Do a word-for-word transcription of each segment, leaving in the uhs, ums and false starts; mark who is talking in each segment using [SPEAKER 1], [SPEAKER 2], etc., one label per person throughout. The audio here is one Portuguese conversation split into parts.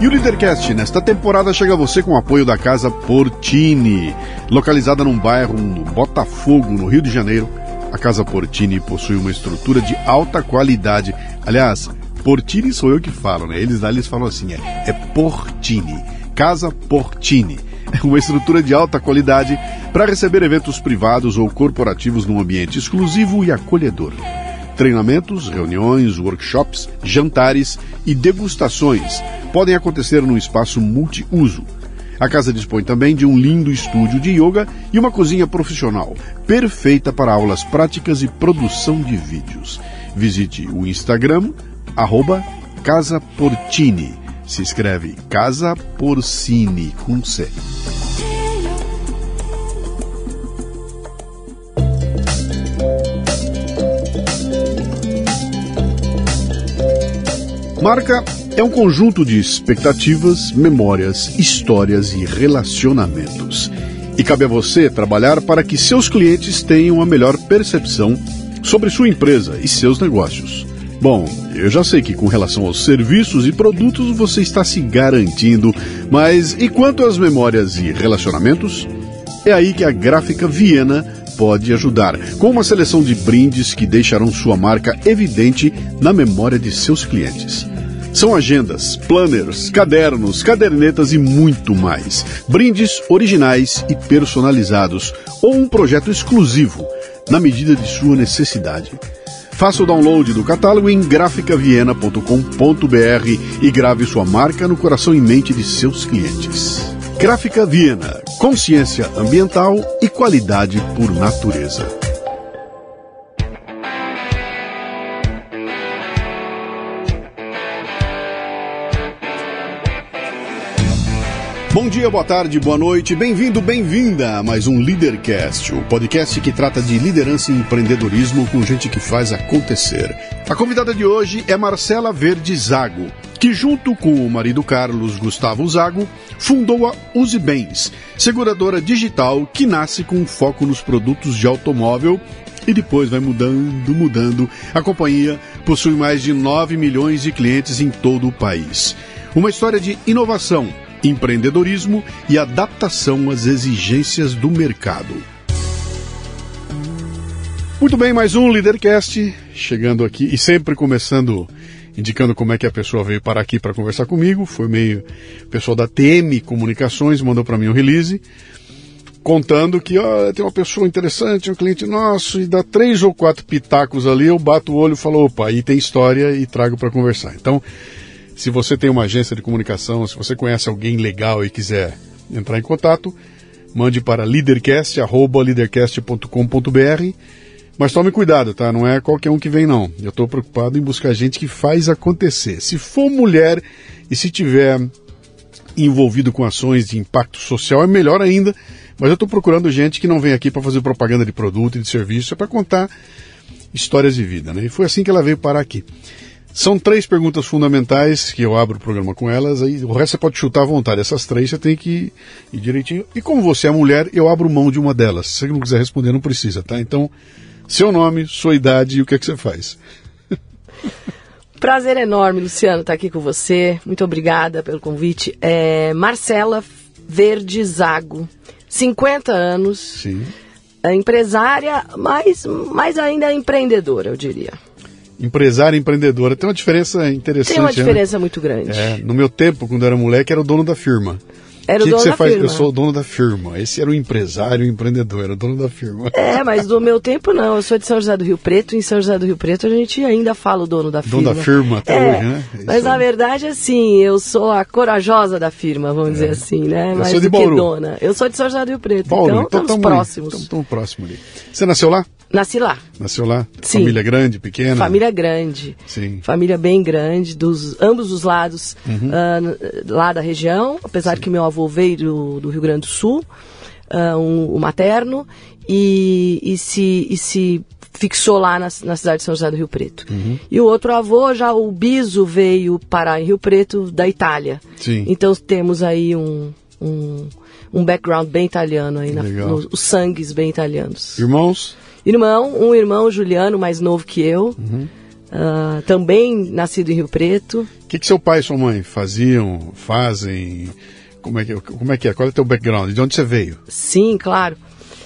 [SPEAKER 1] E o Lidercast, nesta temporada, chega a você com o apoio da Casa Portini. Localizada num bairro no Botafogo, no Rio de Janeiro, a Casa Portini possui uma estrutura de alta qualidade. Aliás, Portini sou eu que falo, né? Eles lá eles falam assim, é, é Portini, Casa Portini. É uma estrutura de alta qualidade para receber eventos privados ou corporativos num ambiente exclusivo e acolhedor. Treinamentos, reuniões, workshops, jantares e degustações podem acontecer num espaço multiuso. A casa dispõe também de um lindo estúdio de yoga e uma cozinha profissional, perfeita para aulas práticas e produção de vídeos. Visite o Instagram, arroba Casa Portini. Se escreve Casa Porcini, com C. Marca é um conjunto de expectativas, memórias, histórias e relacionamentos. E cabe a você trabalhar para que seus clientes tenham a melhor percepção sobre sua empresa e seus negócios. Bom, eu já sei que com relação aos serviços e produtos você está se garantindo, mas e quanto às memórias e relacionamentos? É aí que a Gráfica Viena pode ajudar, com uma seleção de brindes que deixarão sua marca evidente na memória de seus clientes. São agendas, planners, cadernos, cadernetas e muito mais. Brindes originais e personalizados ou um projeto exclusivo, na medida de sua necessidade. Faça o download do catálogo em grafica viena ponto com ponto b r e grave sua marca no coração e mente de seus clientes. Gráfica Viena, consciência ambiental e qualidade por natureza. Bom dia, boa tarde, boa noite, bem-vindo, bem-vinda a mais um Lidercast, o podcast que trata de liderança e empreendedorismo com gente que faz acontecer. A convidada de hoje é Marcela Verde Zago, que junto com o marido Carlos Gustavo Zago, fundou a Use Bens, seguradora digital que nasce com foco nos produtos de automóvel e depois vai mudando, mudando. A companhia possui mais de nove milhões de clientes em todo o país. Uma história de inovação, empreendedorismo e adaptação às exigências do mercado. Muito bem, mais um Lidercast chegando aqui e sempre começando indicando como é que a pessoa veio parar aqui para conversar comigo. Foi meio o pessoal da T M Comunicações mandou para mim um release contando que ó, tem uma pessoa interessante, um cliente nosso, e dá três ou quatro pitacos ali, eu bato o olho e falo, opa, aí tem história e trago para conversar. Então, se você tem uma agência de comunicação, se você conhece alguém legal e quiser entrar em contato, mande para lidercast arroba lidercast ponto com ponto b r. Mas tome cuidado, tá? Não é qualquer um que vem, não. Eu estou preocupado em buscar gente que faz acontecer. Se for mulher e se tiver envolvido com ações de impacto social, é melhor ainda. Mas eu estou procurando gente que não vem aqui para fazer propaganda de produto e de serviço, é para contar histórias de vida, né? E foi assim que ela veio parar aqui. São três perguntas fundamentais que eu abro o programa com elas, aí o resto você pode chutar à vontade. Essas três você tem que ir direitinho. E como você é mulher, eu abro mão de uma delas. Se você não quiser responder, não precisa, tá? Então, seu nome, sua idade e o que é que você faz.
[SPEAKER 2] Prazer enorme, Luciano, estar aqui com você. Muito obrigada pelo convite. É Marcela Verde Zago, cinquenta anos.
[SPEAKER 1] Sim.
[SPEAKER 2] É empresária, mas, mas ainda empreendedora, eu diria.
[SPEAKER 1] Empresária, empreendedora, tem uma diferença interessante.
[SPEAKER 2] Tem uma diferença
[SPEAKER 1] né?
[SPEAKER 2] muito grande.
[SPEAKER 1] É, no meu tempo, quando eu era moleque, era o dono da firma.
[SPEAKER 2] Era o
[SPEAKER 1] que
[SPEAKER 2] dono
[SPEAKER 1] que você
[SPEAKER 2] da
[SPEAKER 1] faz?
[SPEAKER 2] firma.
[SPEAKER 1] Eu sou o dono da firma. Esse era o empresário, o empreendedor, era o dono da firma.
[SPEAKER 2] É, mas do meu tempo não. Eu sou de São José do Rio Preto. Em São José do Rio Preto a gente ainda fala o dono da firma.
[SPEAKER 1] Dono da firma até
[SPEAKER 2] é,
[SPEAKER 1] hoje, né? É
[SPEAKER 2] mas na
[SPEAKER 1] aí.
[SPEAKER 2] verdade, assim, eu sou a corajosa da firma, vamos é. dizer assim, né?
[SPEAKER 1] Eu
[SPEAKER 2] Mais
[SPEAKER 1] sou de
[SPEAKER 2] do que
[SPEAKER 1] Bauru.
[SPEAKER 2] dona. Eu sou de São José do Rio Preto.
[SPEAKER 1] Bauru,
[SPEAKER 2] então,
[SPEAKER 1] então
[SPEAKER 2] estamos
[SPEAKER 1] tamo
[SPEAKER 2] próximos.
[SPEAKER 1] Estamos tão próximos ali. Você nasceu lá?
[SPEAKER 2] Nasci lá.
[SPEAKER 1] Nasceu lá?
[SPEAKER 2] Sim.
[SPEAKER 1] Família grande, pequena?
[SPEAKER 2] Família grande.
[SPEAKER 1] Sim.
[SPEAKER 2] Família bem grande, dos ambos os lados
[SPEAKER 1] Uhum.
[SPEAKER 2] uh, lá da região, apesar
[SPEAKER 1] Sim.
[SPEAKER 2] que meu avô veio do, do Rio Grande do Sul, uh, um, o materno, e, e, se, e se fixou lá na, na cidade de São José do Rio Preto.
[SPEAKER 1] Uhum.
[SPEAKER 2] E o outro avô, já o biso, veio parar em Rio Preto, da Itália.
[SPEAKER 1] Sim.
[SPEAKER 2] Então temos aí um, um, um background bem italiano, aí na, no, os sangues bem italianos.
[SPEAKER 1] Irmãos?
[SPEAKER 2] Irmão, um irmão, Juliano, mais novo que eu.
[SPEAKER 1] Uhum.
[SPEAKER 2] Uh, também nascido em Rio Preto.
[SPEAKER 1] O que, que seu pai e sua mãe faziam, fazem? Como é que, como é, que é? Qual é o teu background? De onde você veio?
[SPEAKER 2] Sim, claro.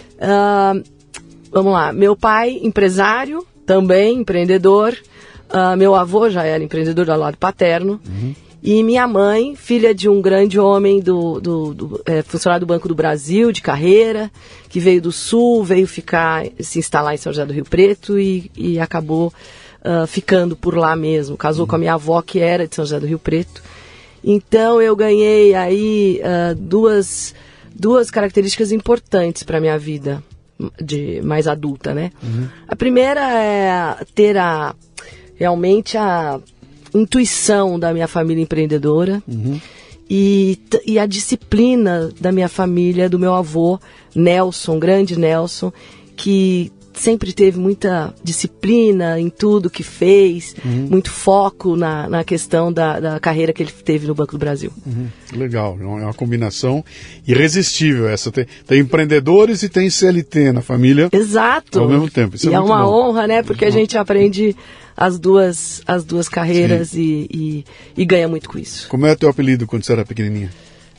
[SPEAKER 2] Uh, vamos lá. Meu pai, empresário, também empreendedor. Uh, meu avô já era empreendedor do lado paterno. Uhum. E minha mãe, filha de um grande homem, do, do, do é, funcionário do Banco do Brasil, de carreira, que veio do Sul, veio ficar, se instalar em São José do Rio Preto e, e acabou uh, ficando por lá mesmo. Casou uhum. com a minha avó, que era de São José do Rio Preto. Então eu ganhei aí uh, duas, duas características importantes para a minha vida de mais adulta, né? Uhum. A primeira é ter a, realmente a intuição da minha família empreendedora uhum. e, e a disciplina da minha família, do meu avô Nelson, grande Nelson, que sempre teve muita disciplina em tudo que fez, uhum. muito foco na, na questão da, da carreira que ele teve no Banco do Brasil.
[SPEAKER 1] Uhum. Legal, é uma combinação irresistível essa. Tem, tem empreendedores e tem C L T na família.
[SPEAKER 2] Exato.
[SPEAKER 1] Ao mesmo tempo. Isso
[SPEAKER 2] e
[SPEAKER 1] é,
[SPEAKER 2] é uma
[SPEAKER 1] bom.
[SPEAKER 2] honra, né? Porque a gente aprende as duas, as duas carreiras e, e, e ganha muito com isso.
[SPEAKER 1] Como é o teu apelido quando você era pequenininha?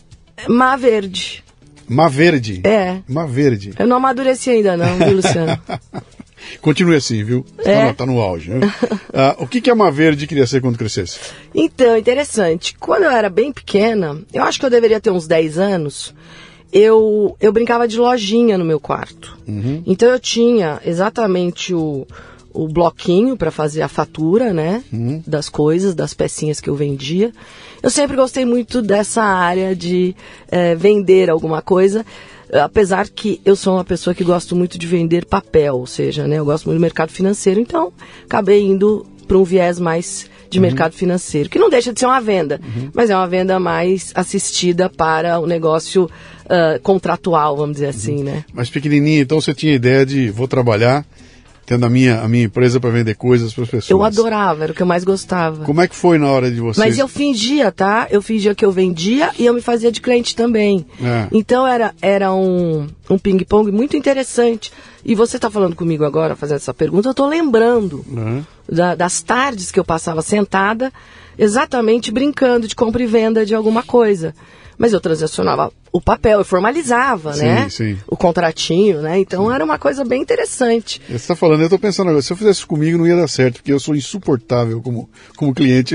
[SPEAKER 2] Má Verde.
[SPEAKER 1] Má Verde?
[SPEAKER 2] É.
[SPEAKER 1] Má Verde.
[SPEAKER 2] Eu não amadureci ainda não, viu, Luciano?
[SPEAKER 1] Continue assim, viu? Você
[SPEAKER 2] é.
[SPEAKER 1] tá, no, tá no auge. Né? ah, o que, que a Má Verde queria ser quando crescesse?
[SPEAKER 2] Então, interessante. Quando eu era bem pequena, eu acho que eu deveria ter uns dez anos, eu, eu brincava de lojinha no meu quarto. Uhum. Então eu tinha exatamente o... o bloquinho para fazer a fatura, né, uhum. das coisas, das pecinhas que eu vendia. Eu sempre gostei muito dessa área de é, vender alguma coisa, apesar que eu sou uma pessoa que gosto muito de vender papel, ou seja, né, eu gosto muito do mercado financeiro, então acabei indo para um viés mais de uhum. mercado financeiro, que não deixa de ser uma venda, uhum. mas é uma venda mais assistida para o negócio uh, contratual, vamos dizer assim, uhum. né.
[SPEAKER 1] Mas pequenininha, então você tinha ideia de vou trabalhar tendo a minha, a minha empresa para vender coisas para as pessoas.
[SPEAKER 2] Eu adorava, era o que eu mais gostava.
[SPEAKER 1] Como é que foi na hora de vocês?
[SPEAKER 2] Mas eu fingia, tá? Eu fingia que eu vendia e eu me fazia de cliente também. É. Então era, era um, um ping-pong muito interessante. E você está falando comigo agora, fazendo essa pergunta, eu estou lembrando uhum. da, das tardes que eu passava sentada, exatamente brincando de compra e venda de alguma coisa. Mas eu transacionava o papel, eu formalizava,
[SPEAKER 1] sim,
[SPEAKER 2] né?
[SPEAKER 1] Sim.
[SPEAKER 2] O contratinho, né? Então sim. era uma coisa bem interessante.
[SPEAKER 1] Você está falando, eu estou pensando agora, se eu fizesse isso comigo não ia dar certo, porque eu sou insuportável como, como cliente.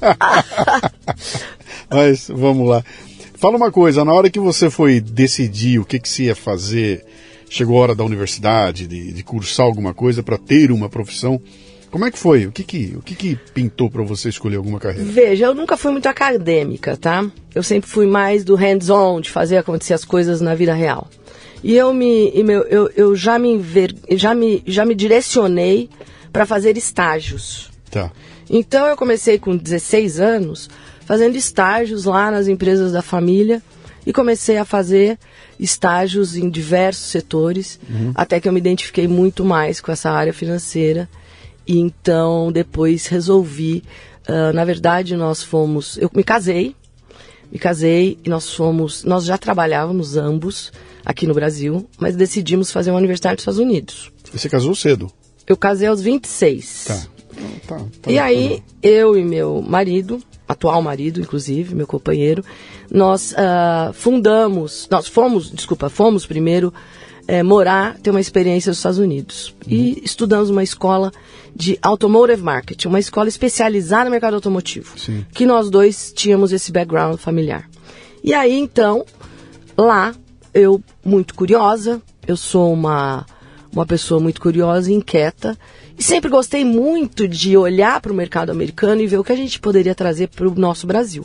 [SPEAKER 1] Mas vamos lá. Fala uma coisa, na hora que você foi decidir o que, que você ia fazer, chegou a hora da universidade, de, de cursar alguma coisa para ter uma profissão. Como é que foi? O que que, o que, que pintou para você escolher alguma carreira?
[SPEAKER 2] Veja, eu nunca fui muito acadêmica, tá? Eu sempre fui mais do hands-on, de fazer acontecer as coisas na vida real. E eu me, eu, eu já, me enver, já, me, já me direcionei para fazer estágios.
[SPEAKER 1] Tá.
[SPEAKER 2] Então eu comecei com dezesseis anos, fazendo estágios lá nas empresas da família, e comecei a fazer estágios em diversos setores, uhum. até que eu me identifiquei muito mais com essa área financeira. E então depois resolvi, uh, na verdade nós fomos, eu me casei, me casei e nós fomos, nós já trabalhávamos ambos aqui no Brasil, mas decidimos fazer uma universidade nos Estados Unidos.
[SPEAKER 1] Você casou cedo?
[SPEAKER 2] Eu casei aos vinte e seis.
[SPEAKER 1] Tá. tá, tá
[SPEAKER 2] e aí tá eu e meu marido, atual marido inclusive, meu companheiro, nós uh, fundamos, nós fomos, desculpa, fomos primeiro É, morar, ter uma experiência nos Estados Unidos. Uhum. E estudamos uma escola de Automotive Marketing, uma escola especializada no mercado automotivo.
[SPEAKER 1] Sim.
[SPEAKER 2] Que nós dois tínhamos esse background familiar. E aí, então, lá, eu, muito curiosa, eu sou uma, uma pessoa muito curiosa e inquieta, e sempre gostei muito de olhar para o mercado americano e ver o que a gente poderia trazer para o nosso Brasil.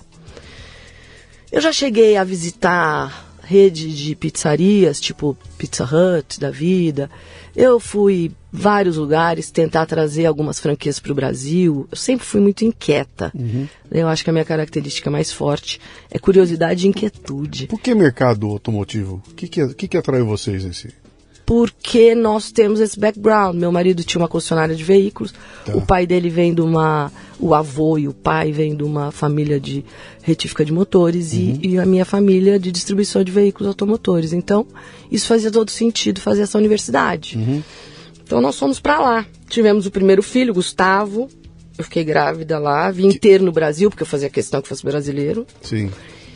[SPEAKER 2] Eu já cheguei a visitar rede de pizzarias, tipo Pizza Hut da vida. Eu fui vários lugares tentar trazer algumas franquias para o Brasil. Eu sempre fui muito inquieta. Uhum. Eu acho que a minha característica mais forte é curiosidade e inquietude.
[SPEAKER 1] Por que mercado automotivo? O que, que, que, que atraiu vocês nesse?
[SPEAKER 2] Porque nós temos esse background. Meu marido tinha uma concessionária de veículos, tá. O pai dele vem de uma... O avô e o pai vêm de uma família de retífica de motores, uhum. e, e a minha família de distribuição de veículos automotores. Então, isso fazia todo sentido fazer essa universidade. Uhum. Então, nós fomos para lá. Tivemos o primeiro filho, Gustavo, eu fiquei grávida lá, vim que... ter no Brasil, porque eu fazia questão que fosse brasileiro.
[SPEAKER 1] Sim.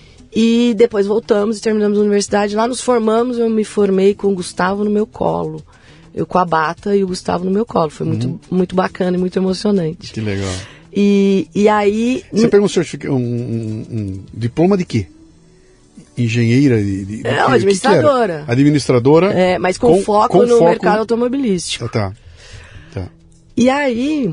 [SPEAKER 2] E depois voltamos e terminamos a universidade. Lá nos formamos, eu me formei com o Gustavo no meu colo. Eu com a bata e o Gustavo no meu colo. Foi uhum. muito, muito bacana e muito emocionante.
[SPEAKER 1] Que legal.
[SPEAKER 2] E, e aí...
[SPEAKER 1] Você pegou um, certific... um, um, um diploma de quê? Engenheira? De, de,
[SPEAKER 2] é, uma administradora.
[SPEAKER 1] Que que administradora.
[SPEAKER 2] É, mas com, com foco com no foco... mercado automobilístico.
[SPEAKER 1] Ah, tá. tá.
[SPEAKER 2] E aí,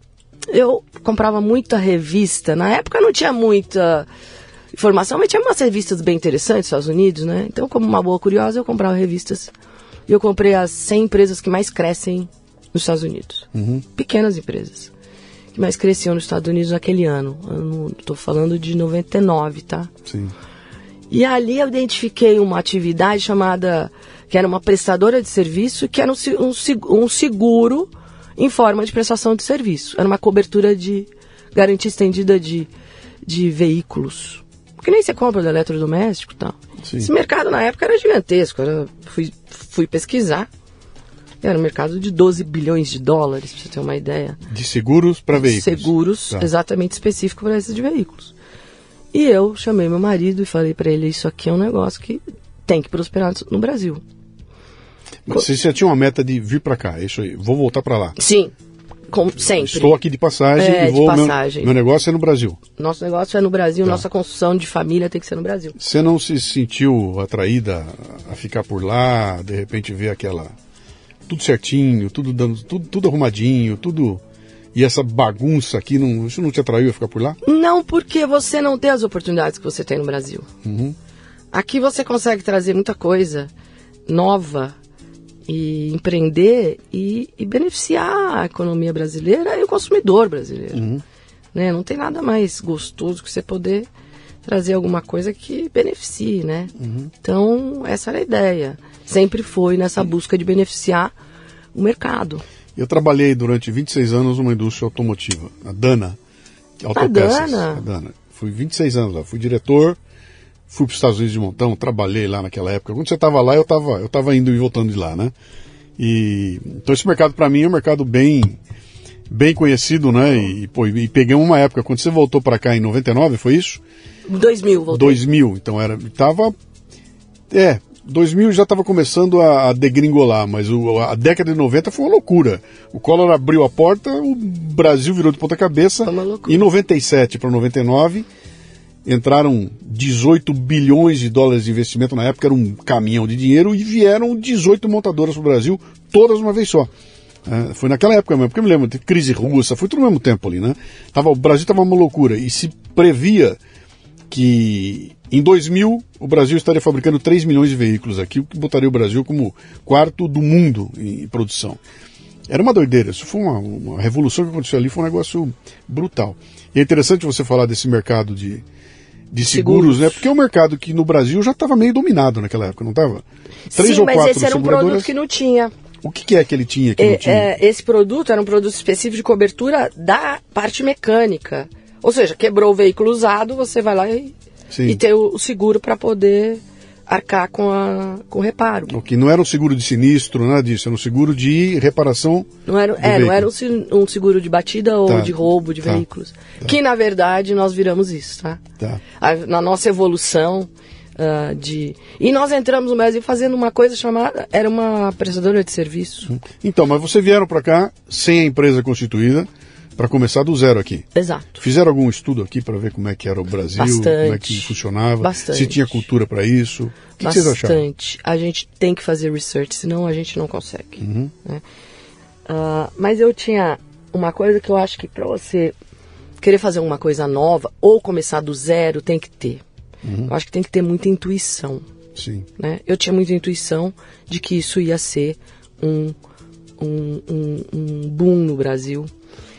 [SPEAKER 2] eu comprava muita revista. Na época não tinha muita... informação, mas tinha umas revistas bem interessantes nos Estados Unidos, né? Então, como uma boa curiosa, eu comprava revistas. E eu comprei as cem empresas que mais crescem nos Estados Unidos.
[SPEAKER 1] Uhum.
[SPEAKER 2] Pequenas empresas. Que mais cresciam nos Estados Unidos naquele ano. Eu estou falando de noventa e nove, tá?
[SPEAKER 1] Sim.
[SPEAKER 2] E ali eu identifiquei uma atividade chamada... que era uma prestadora de serviço, que era um, um, um seguro em forma de prestação de serviço. Era uma cobertura de garantia estendida de, de veículos. Que nem você compra do eletrodoméstico e tal.
[SPEAKER 1] Sim.
[SPEAKER 2] Esse mercado na época era gigantesco. Era, fui, fui pesquisar. Era um mercado de doze bilhões de dólares, para você ter uma ideia.
[SPEAKER 1] De seguros para veículos.
[SPEAKER 2] Seguros, tá. Exatamente específico para esses de veículos. E eu chamei meu marido e falei para ele, isso aqui é um negócio que tem que prosperar no Brasil.
[SPEAKER 1] Mas você já tinha uma meta de vir para cá, é isso aí, vou voltar para lá.
[SPEAKER 2] Sim. Com, sempre.
[SPEAKER 1] Estou aqui de passagem
[SPEAKER 2] é,
[SPEAKER 1] e vou.
[SPEAKER 2] De passagem.
[SPEAKER 1] Meu, meu negócio é no Brasil.
[SPEAKER 2] Nosso negócio é no Brasil, tá. Nossa construção de família tem que ser no Brasil.
[SPEAKER 1] Você não se sentiu atraída a ficar por lá, de repente ver aquela. Tudo certinho, tudo dando, tudo, tudo arrumadinho, tudo. E essa bagunça aqui, não, isso não te atraiu a ficar por lá?
[SPEAKER 2] Não, porque você não tem as oportunidades que você tem no Brasil.
[SPEAKER 1] Uhum.
[SPEAKER 2] Aqui você consegue trazer muita coisa nova. E empreender e, e beneficiar a economia brasileira e o consumidor brasileiro.
[SPEAKER 1] Uhum.
[SPEAKER 2] Né? Não tem nada mais gostoso que você poder trazer alguma coisa que beneficie, né?
[SPEAKER 1] Uhum.
[SPEAKER 2] Então, essa era a ideia. Sempre foi nessa busca de beneficiar o mercado.
[SPEAKER 1] Eu trabalhei durante vinte e seis anos numa indústria automotiva, a Dana. Autopeças.
[SPEAKER 2] A Dana?
[SPEAKER 1] A Dana. Fui vinte e seis anos lá, fui diretor. Fui para os Estados Unidos de montão, trabalhei lá naquela época. Quando você estava lá, eu estava eu tava indo e voltando de lá, né? E, então esse mercado para mim é um mercado bem, bem conhecido, né? E, pô, e peguei uma época, quando você voltou para cá em noventa e nove, foi isso?
[SPEAKER 2] dois mil, voltei.
[SPEAKER 1] dois mil, então era, tava, é, dois mil já estava começando a, a degringolar, mas o, a década de noventa foi uma loucura. O Collor abriu a porta, o Brasil virou de ponta cabeça.
[SPEAKER 2] Foi uma loucura.
[SPEAKER 1] Em noventa e sete para noventa e nove... entraram dezoito bilhões de dólares de investimento, na época era um caminhão de dinheiro, e vieram dezoito montadoras para o Brasil, todas de uma vez só. É, foi naquela época mesmo, porque eu me lembro, de crise russa, foi tudo ao mesmo tempo ali, né? Tava, o Brasil estava uma loucura, e se previa que em dois mil o Brasil estaria fabricando três milhões de veículos aqui, o que botaria o Brasil como quarto do mundo em, em produção. Era uma doideira, isso foi uma, uma revolução que aconteceu ali, foi um negócio brutal. E é interessante você falar desse mercado de de seguros, seguros, né? Porque é um mercado que no Brasil já estava meio dominado naquela época, não estava?
[SPEAKER 2] Sim, ou mas esse era um produto que não tinha.
[SPEAKER 1] O que, que é que ele tinha que
[SPEAKER 2] é,
[SPEAKER 1] não tinha?
[SPEAKER 2] É, esse produto era um produto específico de cobertura da parte mecânica. Ou seja, quebrou o veículo usado, você vai lá e, e tem o, o seguro para poder arcar com, a, com o reparo.
[SPEAKER 1] O que não era um seguro de sinistro, nada disso, era um seguro de reparação.
[SPEAKER 2] Não era, é, não era um, um seguro de batida ou tá. de roubo de tá. veículos. Tá. Que, na verdade, nós viramos isso, tá?
[SPEAKER 1] tá.
[SPEAKER 2] A, na nossa evolução uh, de... E nós entramos no Brasil fazendo uma coisa chamada... Era uma prestadora de serviço.
[SPEAKER 1] Então, mas vocês vieram para cá sem a empresa constituída, para começar do zero aqui.
[SPEAKER 2] Exato.
[SPEAKER 1] Fizeram algum estudo aqui para ver como é que era o Brasil,
[SPEAKER 2] Bastante.
[SPEAKER 1] como é que funcionava,
[SPEAKER 2] Bastante.
[SPEAKER 1] se tinha cultura para isso. O que, que vocês acharam?
[SPEAKER 2] Bastante. A gente tem que fazer research, senão a gente não consegue.
[SPEAKER 1] Uhum.
[SPEAKER 2] Né? Uh, mas eu tinha uma coisa que eu acho que para você querer fazer uma coisa nova ou começar do zero, tem que ter.
[SPEAKER 1] Uhum.
[SPEAKER 2] Eu acho que tem que ter muita intuição.
[SPEAKER 1] Sim.
[SPEAKER 2] Né? Eu tinha muita intuição de que isso ia ser um, um, um, um boom no Brasil.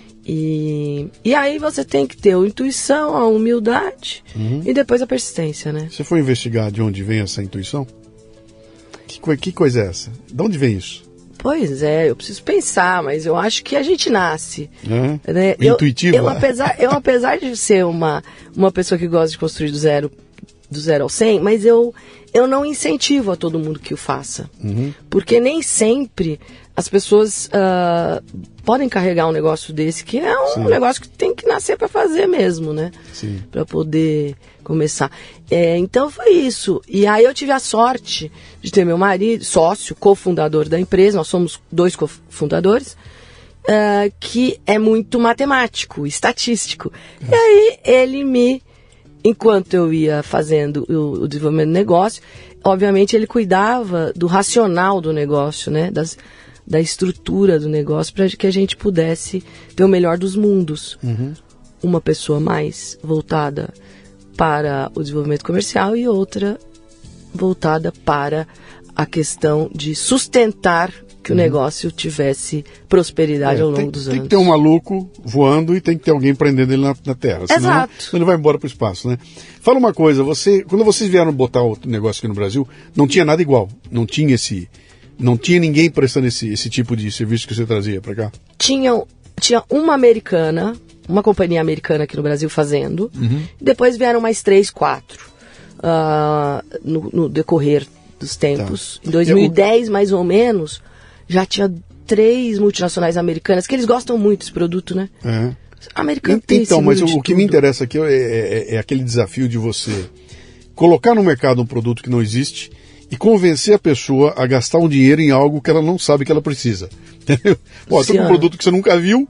[SPEAKER 2] E, e aí você tem que ter a intuição, a humildade uhum. e depois a persistência, né?
[SPEAKER 1] Você foi investigar de onde vem essa intuição? Que, co- que coisa é essa? De onde vem isso?
[SPEAKER 2] Pois é, eu preciso pensar, mas eu acho que a gente nasce.
[SPEAKER 1] É?
[SPEAKER 2] Né?
[SPEAKER 1] Intuitivo?
[SPEAKER 2] Eu, eu, apesar, eu, apesar de ser uma, uma pessoa que gosta de construir do zero do zero ao cem, mas eu, eu não incentivo a todo mundo que o faça.
[SPEAKER 1] Uhum.
[SPEAKER 2] Porque nem sempre as pessoas uh, podem carregar um negócio desse, que é um
[SPEAKER 1] Sim.
[SPEAKER 2] negócio que tem que nascer para fazer mesmo, né?
[SPEAKER 1] Sim.
[SPEAKER 2] Para poder começar. É, então foi isso. E aí eu tive a sorte de ter meu marido, sócio, cofundador da empresa, nós somos dois cofundadores, uh, que é muito matemático, estatístico. É. E aí ele me, enquanto eu ia fazendo o, o desenvolvimento do negócio, obviamente ele cuidava do racional do negócio, né? Das, da estrutura do negócio, para que a gente pudesse ter o melhor dos mundos.
[SPEAKER 1] Uhum.
[SPEAKER 2] Uma pessoa mais voltada para o desenvolvimento comercial e outra voltada para a questão de sustentar que uhum. o negócio tivesse prosperidade é, ao longo
[SPEAKER 1] tem,
[SPEAKER 2] dos
[SPEAKER 1] tem
[SPEAKER 2] anos.
[SPEAKER 1] Tem que ter um maluco voando e tem que ter alguém prendendo ele na, na terra. Senão,
[SPEAKER 2] Exato.
[SPEAKER 1] Senão ele vai embora para o espaço, né? Fala uma coisa, você, quando vocês vieram botar o negócio aqui no Brasil, não tinha nada igual. Não tinha esse... Não tinha ninguém prestando esse, esse tipo de serviço que você trazia para cá? Tinha,
[SPEAKER 2] tinha uma americana, uma companhia americana aqui no Brasil fazendo.
[SPEAKER 1] Uhum.
[SPEAKER 2] Depois vieram mais três, quatro uh, no, no decorrer dos tempos. Tá. Em dois mil e dez, eu... mais ou menos, já tinha três multinacionais americanas, que eles gostam muito desse produto, né?
[SPEAKER 1] É.
[SPEAKER 2] Americano tem
[SPEAKER 1] Então, mas o, o que
[SPEAKER 2] tudo.
[SPEAKER 1] me interessa aqui é, é, é aquele desafio de você colocar no mercado um produto que não existe e convencer a pessoa a gastar um dinheiro em algo que ela não sabe que ela precisa. Entendeu? Ó, tem um produto que você nunca viu,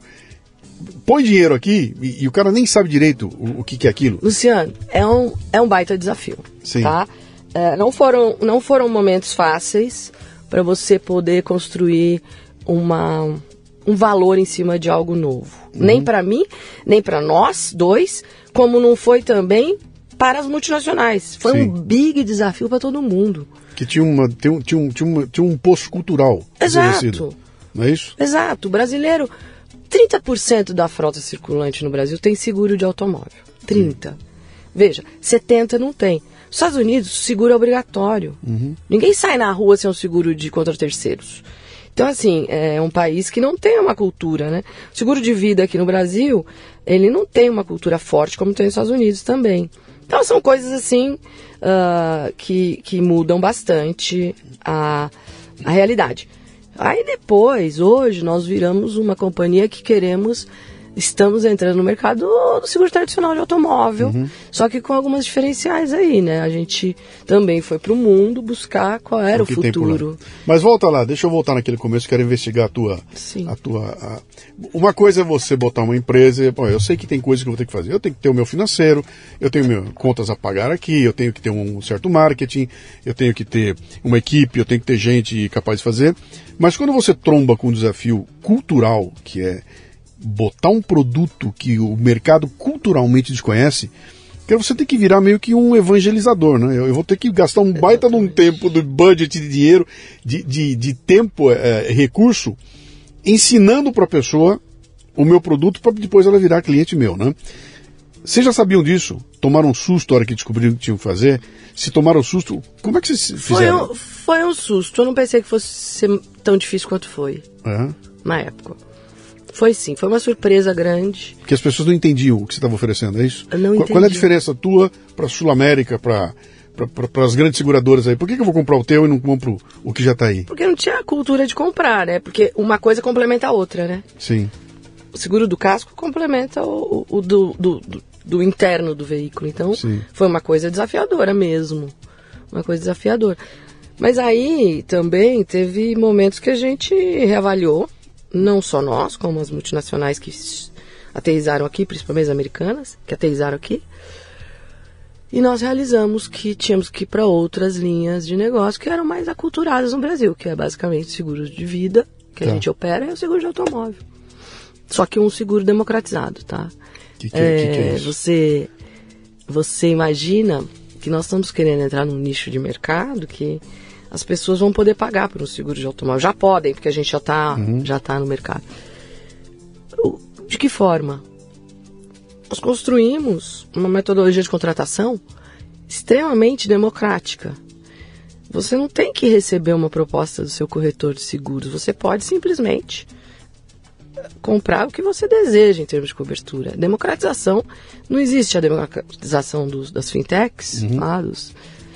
[SPEAKER 1] põe dinheiro aqui e, e o cara nem sabe direito o, o que, que é aquilo.
[SPEAKER 2] Luciano, é um, é um baita desafio.
[SPEAKER 1] Sim.
[SPEAKER 2] Tá? É, não, foram, não foram momentos fáceis para você poder construir uma, um valor em cima de algo novo. Uhum. Nem para mim, nem para nós dois, como não foi também para as multinacionais. Foi Sim. um big desafio para todo mundo.
[SPEAKER 1] Que tinha, uma, tinha, um, tinha, um, tinha, uma, tinha um posto cultural.
[SPEAKER 2] Exato.
[SPEAKER 1] Não é isso?
[SPEAKER 2] Exato. O brasileiro, trinta por cento da frota circulante no Brasil tem seguro de automóvel. trinta por cento. Sim. Veja, setenta por cento não tem. Nos Estados Unidos, o seguro é obrigatório. Uhum. Ninguém sai na rua sem um seguro de contra terceiros. Então, assim, é um país que não tem uma cultura, né? O seguro de vida aqui no Brasil, ele não tem uma cultura forte como tem nos Estados Unidos também. Então, são coisas, assim, uh, que, que mudam bastante a, a realidade. Aí, depois, hoje, nós viramos uma companhia que queremos... Estamos entrando no mercado do seguro tradicional de automóvel, uhum. só que com algumas diferenciais aí, né? A gente também foi para o mundo buscar qual era o, o futuro.
[SPEAKER 1] Mas volta lá, deixa eu voltar naquele começo, quero investigar a tua...
[SPEAKER 2] Sim.
[SPEAKER 1] A tua a... Uma coisa é você botar uma empresa e, bom, eu sei que tem coisas que eu vou ter que fazer. Eu tenho que ter o meu financeiro, eu tenho meu, contas a pagar aqui, eu tenho que ter um certo marketing, eu tenho que ter uma equipe, eu tenho que ter gente capaz de fazer. Mas quando você tromba com um desafio cultural, que é botar um produto que o mercado culturalmente desconhece, que você tem que virar meio que um evangelizador, né? Eu, eu vou ter que gastar um baita num tempo do budget de dinheiro, de, de, de tempo, é, recurso, ensinando para a pessoa o meu produto para depois ela virar cliente meu, né? Vocês já sabiam disso? Tomaram um susto na hora que descobriram o que tinham que fazer? Se tomaram um susto, como é que vocês fizeram?
[SPEAKER 2] Foi um, foi um susto. Eu não pensei que fosse ser tão difícil quanto foi
[SPEAKER 1] uhum.
[SPEAKER 2] na época. Foi sim, foi uma surpresa grande.
[SPEAKER 1] Porque as pessoas não entendiam o que você estava oferecendo, é isso?
[SPEAKER 2] Eu não entendi.
[SPEAKER 1] Qual é a diferença tua para a Sul-América, para para as grandes seguradoras aí? Por que, que eu vou comprar o teu e não compro o que já está aí?
[SPEAKER 2] Porque não tinha a cultura de comprar, né? Porque uma coisa complementa a outra, né?
[SPEAKER 1] Sim.
[SPEAKER 2] O seguro do casco complementa o, o do, do, do, do interno do veículo. Então,
[SPEAKER 1] Sim.
[SPEAKER 2] foi uma coisa desafiadora mesmo. Uma coisa desafiadora. Mas aí também teve momentos que a gente reavaliou. Não só nós, como as multinacionais que aterrizaram aqui, principalmente as americanas, que aterrizaram aqui. E nós realizamos que tínhamos que ir para outras linhas de negócio que eram mais aculturadas no Brasil, que é basicamente seguros de vida, que tá. a gente opera, e o seguro de automóvel. Só que um seguro democratizado, tá?
[SPEAKER 1] Que que é,
[SPEAKER 2] é,
[SPEAKER 1] que que é isso?
[SPEAKER 2] Você, você imagina que nós estamos querendo entrar num nicho de mercado que... as pessoas vão poder pagar por um seguro de automóvel. Já podem, porque a gente já está uhum. já tá no mercado. De que forma? Nós construímos uma metodologia de contratação extremamente democrática. Você não tem que receber uma proposta do seu corretor de seguros. Você pode simplesmente comprar o que você deseja em termos de cobertura. Democratização, não existe a democratização dos, das fintechs,
[SPEAKER 1] uhum.
[SPEAKER 2] lá, dos,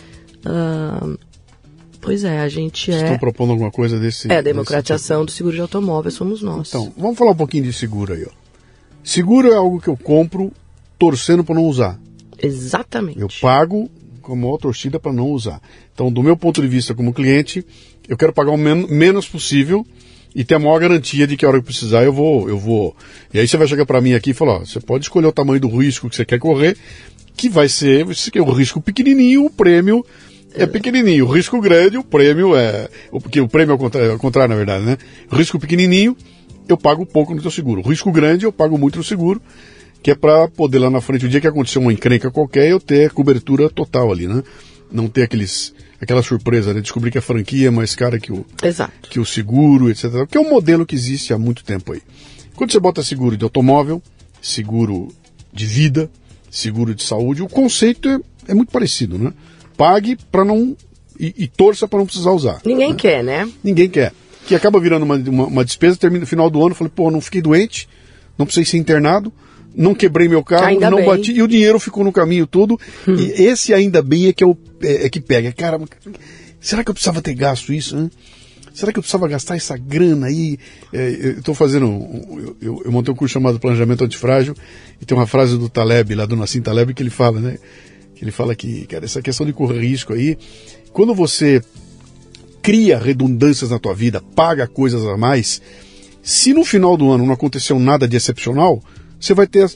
[SPEAKER 2] uh, pois é, a gente
[SPEAKER 1] Vocês
[SPEAKER 2] é...
[SPEAKER 1] estão propondo alguma coisa desse...
[SPEAKER 2] É, a democratização desse... do seguro de automóvel somos nós.
[SPEAKER 1] Então, vamos falar um pouquinho de seguro aí, ó. Seguro é algo que eu compro torcendo para não usar.
[SPEAKER 2] Exatamente.
[SPEAKER 1] Eu pago com a maior torcida para não usar. Então, do meu ponto de vista como cliente, eu quero pagar o men- menos possível e ter a maior garantia de que a hora que precisar eu vou... Eu vou... E aí você vai chegar para mim aqui e falar, ó, você pode escolher o tamanho do risco que você quer correr, que vai ser o risco pequenininho, o prêmio é pequenininho. O risco grande, o prêmio é... Porque o prêmio é ao contrário, é ao contrário, na verdade, né? O risco pequenininho, eu pago pouco no teu seguro. O risco grande, eu pago muito no seguro, que é para poder lá na frente, o dia que acontecer uma encrenca qualquer, eu ter cobertura total ali, né? Não ter aqueles, aquela surpresa, né? Descobrir que a franquia é mais cara que o,
[SPEAKER 2] Exato.
[SPEAKER 1] que o seguro, etcétera. Que é um modelo que existe há muito tempo aí. Quando você bota seguro de automóvel, seguro de vida, seguro de saúde, o conceito é, é muito parecido, né? Pague para não... E, e torça para não precisar usar.
[SPEAKER 2] Ninguém
[SPEAKER 1] né?
[SPEAKER 2] quer, né?
[SPEAKER 1] Ninguém quer. Que acaba virando uma, uma, uma despesa, termina no final do ano, eu falei, pô, não fiquei doente, não precisei ser internado, não quebrei meu carro,
[SPEAKER 2] Ainda
[SPEAKER 1] não
[SPEAKER 2] bem.
[SPEAKER 1] bati, e o dinheiro ficou no caminho todo.
[SPEAKER 2] Hum.
[SPEAKER 1] E esse ainda bem é que, eu, é, é que pega. Cara, será que eu precisava ter gasto isso? Hein? Será que eu precisava gastar essa grana aí? É, eu estou fazendo, eu, eu, eu montei um curso chamado Planejamento Antifrágil, e tem uma frase do Taleb, lá do Nassim Taleb, que ele fala, né? Que ele fala que, cara, essa questão de correr risco aí, quando você cria redundâncias na tua vida, paga coisas a mais, se no final do ano não aconteceu nada de excepcional, você vai ter,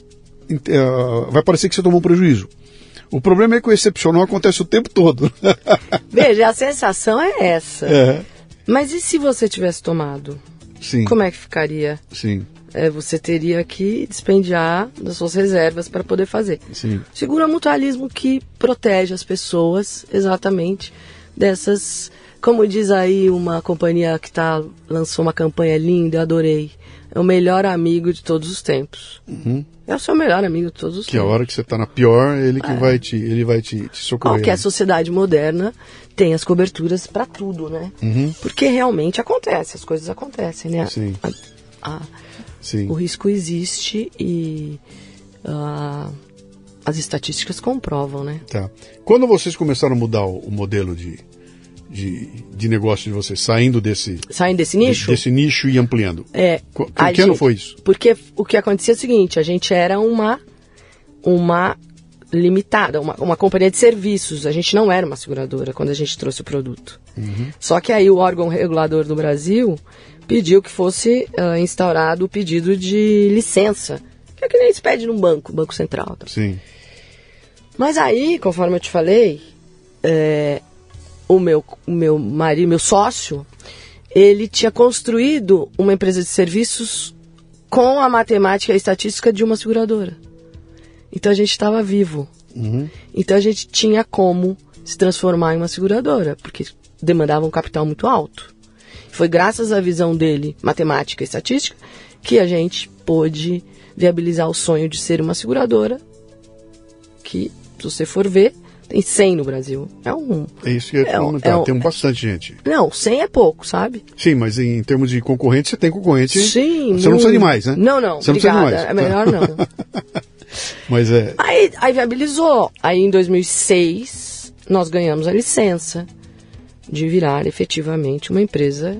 [SPEAKER 1] uh, vai parecer que você tomou um prejuízo. O problema é que o excepcional acontece o tempo todo.
[SPEAKER 2] Veja, a sensação é essa.
[SPEAKER 1] É.
[SPEAKER 2] Mas e se você tivesse tomado?
[SPEAKER 1] Sim.
[SPEAKER 2] Como é que ficaria?
[SPEAKER 1] Sim.
[SPEAKER 2] É, você teria que dispendiar das suas reservas para poder fazer.
[SPEAKER 1] Sim.
[SPEAKER 2] Seguro é mutualismo que protege as pessoas exatamente dessas... Como diz aí uma companhia que tá, lançou uma campanha linda, eu adorei. É o melhor amigo de todos os tempos.
[SPEAKER 1] Uhum.
[SPEAKER 2] É o seu melhor amigo de todos os
[SPEAKER 1] que
[SPEAKER 2] tempos.
[SPEAKER 1] Que a hora que você está na pior, ele que
[SPEAKER 2] É.
[SPEAKER 1] vai te, ele vai te, te socorrer.
[SPEAKER 2] Qualquer sociedade moderna tem as coberturas para tudo, né?
[SPEAKER 1] Uhum.
[SPEAKER 2] Porque realmente acontece, as coisas acontecem, né?
[SPEAKER 1] Sim.
[SPEAKER 2] A, a,
[SPEAKER 1] Sim.
[SPEAKER 2] o risco existe e uh, as estatísticas comprovam, né?
[SPEAKER 1] Tá. Quando vocês começaram a mudar o, o modelo de, de, de negócio de vocês, saindo desse,
[SPEAKER 2] Saindo desse nicho?
[SPEAKER 1] desse nicho e ampliando?
[SPEAKER 2] É.
[SPEAKER 1] Qu-
[SPEAKER 2] a
[SPEAKER 1] que ano
[SPEAKER 2] gente-
[SPEAKER 1] foi isso?
[SPEAKER 2] Porque o que acontecia é o seguinte, a gente era uma, uma limitada, uma, uma companhia de serviços, a gente não era uma seguradora quando a gente trouxe o produto.
[SPEAKER 1] Uhum.
[SPEAKER 2] Só que aí o órgão regulador do Brasil pediu que fosse ah, instaurado o pedido de licença, que é que nem se pede num banco, Banco Central. Tá?
[SPEAKER 1] Sim.
[SPEAKER 2] Mas aí, conforme eu te falei, é, o, meu, o meu marido, meu sócio, ele tinha construído uma empresa de serviços com a matemática e a estatística de uma seguradora. Então a gente estava vivo.
[SPEAKER 1] Uhum.
[SPEAKER 2] Então a gente tinha como se transformar em uma seguradora, porque demandava um capital muito alto. Foi graças à visão dele, matemática e estatística, que a gente pôde viabilizar o sonho de ser uma seguradora, que, se você for ver, tem cem no Brasil. É um...
[SPEAKER 1] É isso que eu ia
[SPEAKER 2] É um-
[SPEAKER 1] comentar.
[SPEAKER 2] é um-
[SPEAKER 1] Tem bastante gente.
[SPEAKER 2] Não, cem é pouco, sabe?
[SPEAKER 1] Sim, mas em termos de concorrente, você tem concorrente.
[SPEAKER 2] Sim.
[SPEAKER 1] Você não precisa de mais, né?
[SPEAKER 2] Não, não.
[SPEAKER 1] Você não precisa de
[SPEAKER 2] obrigada.
[SPEAKER 1] mais.
[SPEAKER 2] É melhor não.
[SPEAKER 1] Mas é.
[SPEAKER 2] Aí, aí viabilizou. Aí em dois mil e seis nós ganhamos a licença de virar efetivamente uma empresa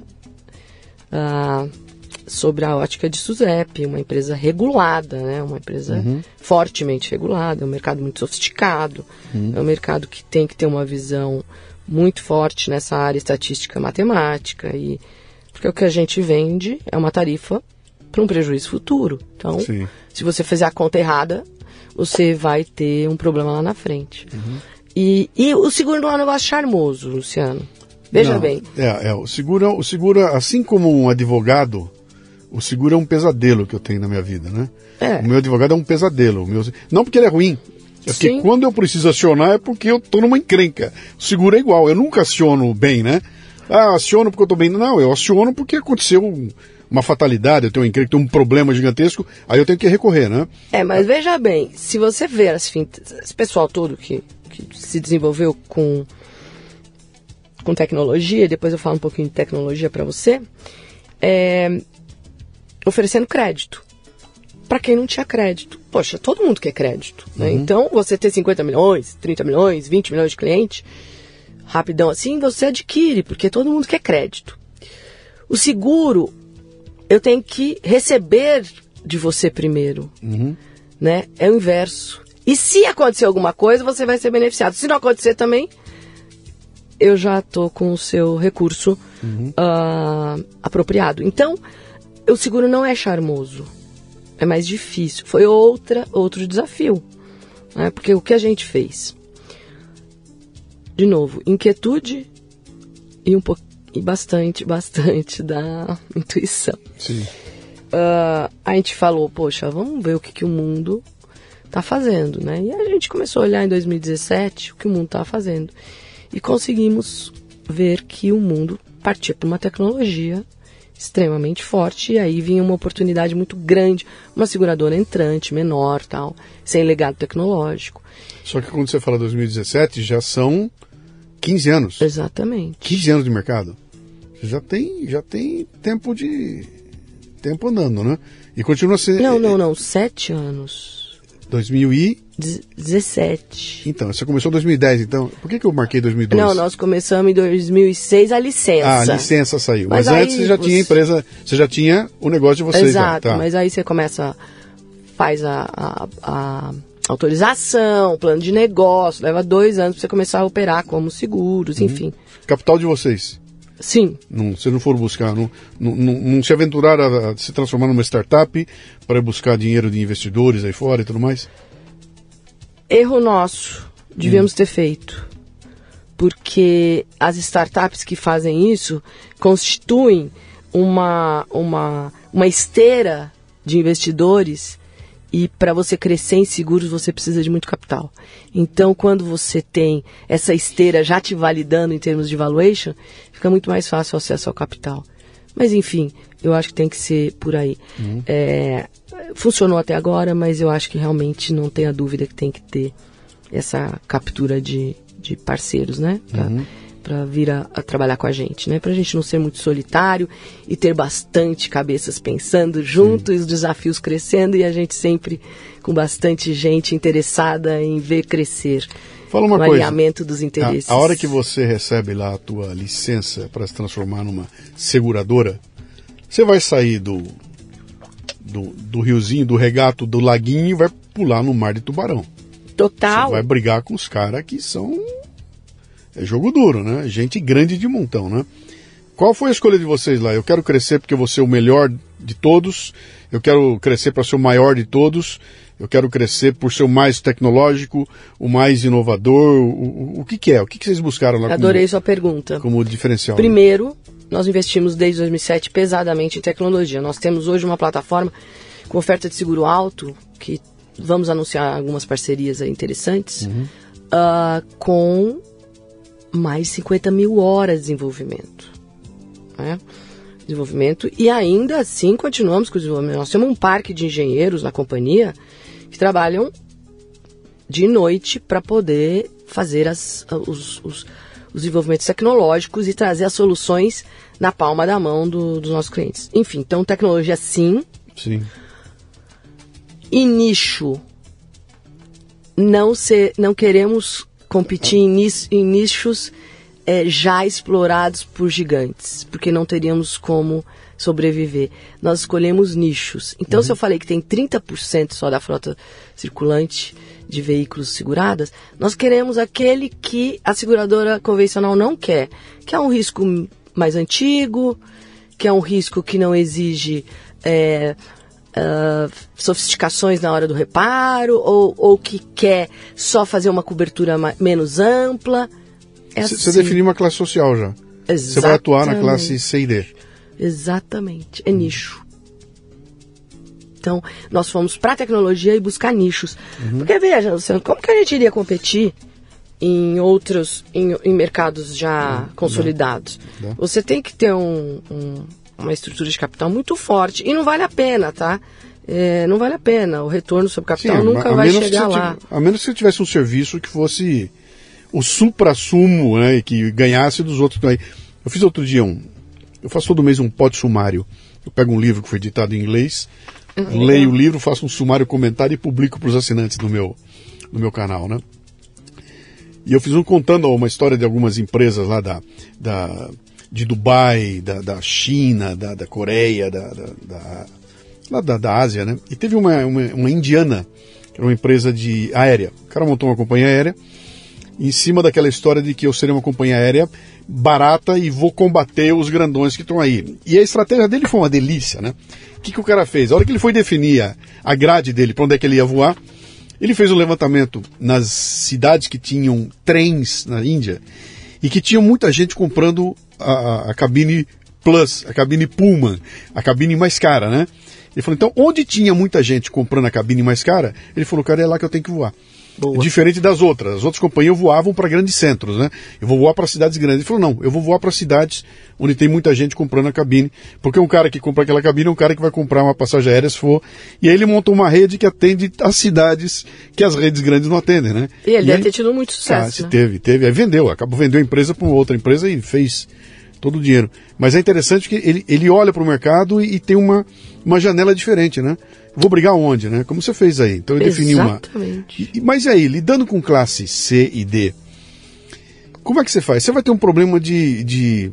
[SPEAKER 2] ah, sobre a ótica de SUSEP, uma empresa regulada, né? Uma empresa
[SPEAKER 1] Uhum.
[SPEAKER 2] fortemente regulada, é um mercado muito sofisticado,
[SPEAKER 1] Uhum.
[SPEAKER 2] é um mercado que tem que ter uma visão muito forte nessa área estatística matemática, e porque o que a gente vende é uma tarifa para um prejuízo futuro. Então,
[SPEAKER 1] Sim.
[SPEAKER 2] se você fizer a conta errada, você vai ter um problema lá na frente.
[SPEAKER 1] Uhum.
[SPEAKER 2] E, e o seguro não é um negócio charmoso, Luciano. Veja
[SPEAKER 1] Não,
[SPEAKER 2] bem.
[SPEAKER 1] É, é, o seguro, o seguro, assim como um advogado, o seguro é um pesadelo que eu tenho na minha vida, né?
[SPEAKER 2] É.
[SPEAKER 1] O meu advogado é um pesadelo. O meu, não porque ele é ruim. É porque
[SPEAKER 2] Sim.
[SPEAKER 1] quando eu preciso acionar é porque eu tô numa encrenca. O seguro é igual. Eu nunca aciono bem, né? Ah, aciono porque eu tô bem. Não, eu aciono porque aconteceu um- uma fatalidade, eu tenho uma encrenca, tenho um problema gigantesco, aí eu tenho que recorrer, né?
[SPEAKER 2] É, mas veja bem, se você ver as fintas, esse pessoal todo que, que se desenvolveu com, com tecnologia, depois eu falo um pouquinho de tecnologia para você, é, oferecendo crédito para quem não tinha crédito. Poxa, todo mundo quer crédito, né?
[SPEAKER 1] Uhum.
[SPEAKER 2] Então, você ter cinquenta milhões, trinta milhões, vinte milhões de clientes, rapidão assim, você adquire, porque todo mundo quer crédito. O seguro, eu tenho que receber de você primeiro,
[SPEAKER 1] Uhum.
[SPEAKER 2] né? É o inverso. E se acontecer alguma coisa, você vai ser beneficiado. Se não acontecer também, eu já estou com o seu recurso uhum. uh, apropriado. Então, o seguro não é charmoso. É mais difícil. Foi outra, outro desafio. Né? Porque o que a gente fez? De novo, inquietude e um pouco, e bastante, bastante da intuição.
[SPEAKER 1] Sim.
[SPEAKER 2] Uh, a gente falou, poxa, vamos ver o que, que o mundo está fazendo, né? E a gente começou a olhar em dois mil e dezessete o que o mundo estava fazendo. E conseguimos ver que o mundo partia para uma tecnologia extremamente forte, e aí vinha uma oportunidade muito grande, uma seguradora entrante, menor, tal, sem legado tecnológico.
[SPEAKER 1] Só que quando você fala dois mil e dezessete, já são quinze anos.
[SPEAKER 2] Exatamente.
[SPEAKER 1] quinze anos de mercado. Você já tem, já tem tempo de... tempo andando, né? E continua sendo...
[SPEAKER 2] Não, não, não, sete anos.
[SPEAKER 1] dois mil e
[SPEAKER 2] dezessete.
[SPEAKER 1] Então, você começou em dois mil e dez, então. Por que, que eu marquei dois mil e doze?
[SPEAKER 2] Não, nós começamos em dois mil e seis a licença.
[SPEAKER 1] Ah, a licença saiu. Mas,
[SPEAKER 2] mas
[SPEAKER 1] antes você já
[SPEAKER 2] você...
[SPEAKER 1] tinha empresa, você já tinha o negócio de vocês.
[SPEAKER 2] Exato,
[SPEAKER 1] já, tá.
[SPEAKER 2] Mas aí você começa, faz a, a, a autorização, plano de negócio, leva dois anos para você começar a operar como seguros, uhum. enfim.
[SPEAKER 1] Capital de vocês?
[SPEAKER 2] Sim.
[SPEAKER 1] Não, vocês não foram buscar, não, não, não, não se aventuraram a, a se transformar numa startup para buscar dinheiro de investidores aí fora e tudo mais?
[SPEAKER 2] Erro nosso, devíamos hum. ter feito, porque as startups que fazem isso constituem uma, uma, uma esteira de investidores, e para você crescer em seguros você precisa de muito capital. Então, quando você tem essa esteira já te validando em termos de valuation, fica muito mais fácil o acesso ao capital. Mas enfim, eu acho que tem que ser por aí. Hum. É, funcionou até agora, mas eu acho que realmente não tenha dúvida que tem que ter essa captura de, de parceiros, né? Pra, uhum. pra vir a, a trabalhar com a gente, né? Pra gente não ser muito solitário e ter bastante cabeças pensando junto, e os desafios crescendo, e a gente sempre com bastante gente interessada em ver crescer.
[SPEAKER 1] Fala uma
[SPEAKER 2] o
[SPEAKER 1] coisa,
[SPEAKER 2] alinhamento dos interesses.
[SPEAKER 1] A, a hora que você recebe lá a tua licença para se transformar numa seguradora, você vai sair do, do, do riozinho, do regato, do laguinho e vai pular no mar de tubarão.
[SPEAKER 2] Total.
[SPEAKER 1] Você vai brigar com os caras que são... É jogo duro, né? Gente grande de montão, né? Qual foi a escolha de vocês lá? Eu quero crescer porque eu vou ser o melhor de todos, eu quero crescer para ser o maior de todos, eu quero crescer por ser o mais tecnológico, o mais inovador, o, o, o que que é? O que que vocês buscaram lá?
[SPEAKER 2] Adorei
[SPEAKER 1] como,
[SPEAKER 2] sua pergunta.
[SPEAKER 1] Como diferencial.
[SPEAKER 2] Primeiro, nós investimos desde dois mil e sete pesadamente em tecnologia. Nós temos hoje uma plataforma com oferta de seguro alto, que vamos anunciar algumas parcerias aí interessantes, uhum. uh, com mais de cinquenta mil horas de desenvolvimento. Né? Desenvolvimento, e ainda assim continuamos com o desenvolvimento. Nós temos um parque de engenheiros na companhia que trabalham de noite para poder fazer as, os, os, os desenvolvimentos tecnológicos e trazer as soluções na palma da mão do, dos nossos clientes. Enfim, então tecnologia sim.
[SPEAKER 1] Sim.
[SPEAKER 2] E nicho. Não, ser, não queremos competir em, nis, em nichos é, já explorados por gigantes, porque não teríamos como sobreviver. Nós escolhemos nichos. Então, uhum. se eu falei que tem trinta por cento só da frota circulante de veículos seguradas, nós queremos aquele que a seguradora convencional não quer, que é um risco mais antigo, que é um risco que não exige é, uh, sofisticações na hora do reparo, ou, ou que quer só fazer uma cobertura ma- menos ampla. Você é assim.
[SPEAKER 1] definiu uma classe social já.
[SPEAKER 2] Exatamente.
[SPEAKER 1] Você vai atuar na classe C e D.
[SPEAKER 2] Exatamente. É nicho. Então, nós fomos para a tecnologia e buscar nichos. Uhum. Porque, veja, Luciano, como que a gente iria competir em outros, em, em mercados já uhum. consolidados? Uhum. Você tem que ter um, um, uma estrutura de capital muito forte. E não vale a pena, tá? É, não vale a pena. O retorno sobre capital Sim, nunca vai chegar lá.
[SPEAKER 1] Tivesse, a menos que você tivesse um serviço que fosse o supra-sumo, né, que ganhasse dos outros. Eu fiz outro dia um, eu faço todo mês um pod sumário. Eu pego um livro que foi editado em inglês, uhum. leio o livro, faço um sumário comentário e publico para os assinantes do meu, do meu canal, né? E eu fiz um contando uma história de algumas empresas lá da, da, de Dubai, da, da China, da, da Coreia, da, da, da, lá da, da Ásia, né? E teve uma, uma, uma indiana, que era uma empresa de aérea. O cara montou uma companhia aérea em cima daquela história de que eu seria uma companhia aérea barata e vou combater os grandões que estão aí. E a estratégia dele foi uma delícia, né? O que, que o cara fez? A hora que ele foi definir a, a grade dele, para onde é que ele ia voar, ele fez um levantamento nas cidades que tinham trens na Índia e que tinham muita gente comprando a, a, a cabine Plus, a cabine Pullman, a cabine mais cara, né? Ele falou, então, onde tinha muita gente comprando a cabine mais cara, ele falou, cara, é lá que eu tenho que voar. Boa. Diferente das outras. As outras companhias voavam para grandes centros, né? Eu vou voar para cidades grandes. Ele falou, não, eu vou voar para cidades onde tem muita gente comprando a cabine, porque um cara que compra aquela cabine é um cara que vai comprar uma passagem aérea se for. E aí ele montou uma rede que atende as cidades que as redes grandes não atendem, né?
[SPEAKER 2] E ele
[SPEAKER 1] e
[SPEAKER 2] deve
[SPEAKER 1] aí,
[SPEAKER 2] ter tido muito sucesso,
[SPEAKER 1] ah,
[SPEAKER 2] né?
[SPEAKER 1] Teve, teve. Aí vendeu, acabou vendendo a empresa para outra empresa e fez todo o dinheiro. Mas é interessante que ele, ele olha para o mercado e, e tem uma, uma janela diferente, né? Vou brigar onde, né? Como você fez aí. Então ele definiu uma...
[SPEAKER 2] Exatamente.
[SPEAKER 1] Mas aí, lidando com classe C e D, como é que você faz? Você vai ter um problema de, de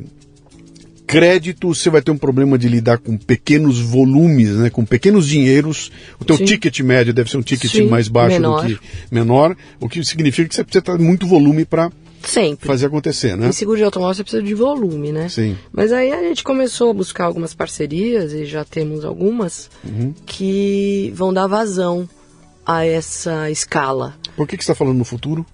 [SPEAKER 1] crédito, você vai ter um problema de lidar com pequenos volumes, né? Com pequenos dinheiros. O teu Sim. ticket médio deve ser um ticket Sim, mais baixo menor. do que menor, o que significa que você precisa ter muito volume para
[SPEAKER 2] Sempre.
[SPEAKER 1] fazer acontecer, né?
[SPEAKER 2] Em seguro de automóvel você precisa de volume, né?
[SPEAKER 1] Sim.
[SPEAKER 2] Mas aí a gente começou a buscar algumas parcerias, e já temos algumas, uhum. que vão dar vazão a essa escala.
[SPEAKER 1] Por que, que você está falando no futuro?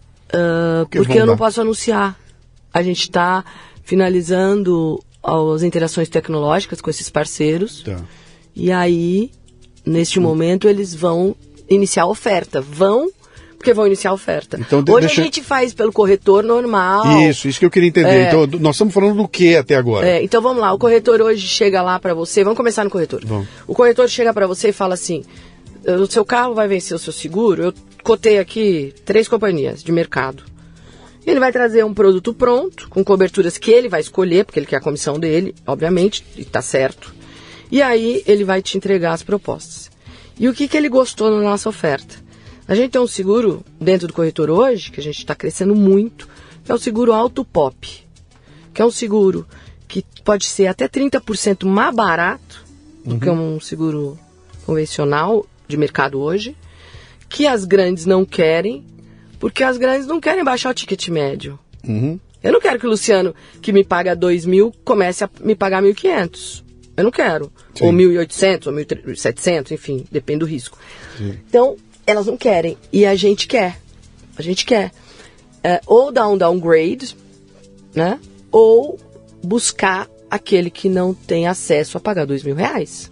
[SPEAKER 2] Uh, porque eu dar? não posso anunciar. A gente está finalizando as interações tecnológicas com esses parceiros.
[SPEAKER 1] Tá.
[SPEAKER 2] E aí, neste uhum. momento, eles vão iniciar a oferta. Vão... Porque vão iniciar a oferta. Então, de, Hoje deixa... a gente faz pelo corretor normal.
[SPEAKER 1] Isso, isso que eu queria entender. É... Então, nós estamos falando do que até agora?
[SPEAKER 2] É, então vamos lá, o corretor hoje chega lá para você, vamos começar no corretor.
[SPEAKER 1] Vamos.
[SPEAKER 2] O corretor chega para você e fala assim, o seu carro vai vencer o seu seguro, eu cotei aqui três companhias de mercado. Ele vai trazer um produto pronto, com coberturas que ele vai escolher, porque ele quer a comissão dele, obviamente, e está certo. E aí ele vai te entregar as propostas. E o que, que ele gostou na nossa oferta? A gente tem um seguro dentro do corretor hoje, que a gente está crescendo muito, que é o seguro Auto Pop, que é um seguro que pode ser até trinta por cento mais barato do uhum. que um seguro convencional de mercado hoje, que as grandes não querem, porque as grandes não querem baixar o ticket médio.
[SPEAKER 1] Uhum.
[SPEAKER 2] Eu não quero que o Luciano, que me paga dois mil, comece a me pagar mil e quinhentos. Eu não quero. Sim. Ou mil e oitocentos, ou mil e setecentos, enfim, depende do risco.
[SPEAKER 1] Sim.
[SPEAKER 2] Então... elas não querem, e a gente quer, a gente quer, é, ou dar um downgrade, né, ou buscar aquele que não tem acesso a pagar dois mil reais.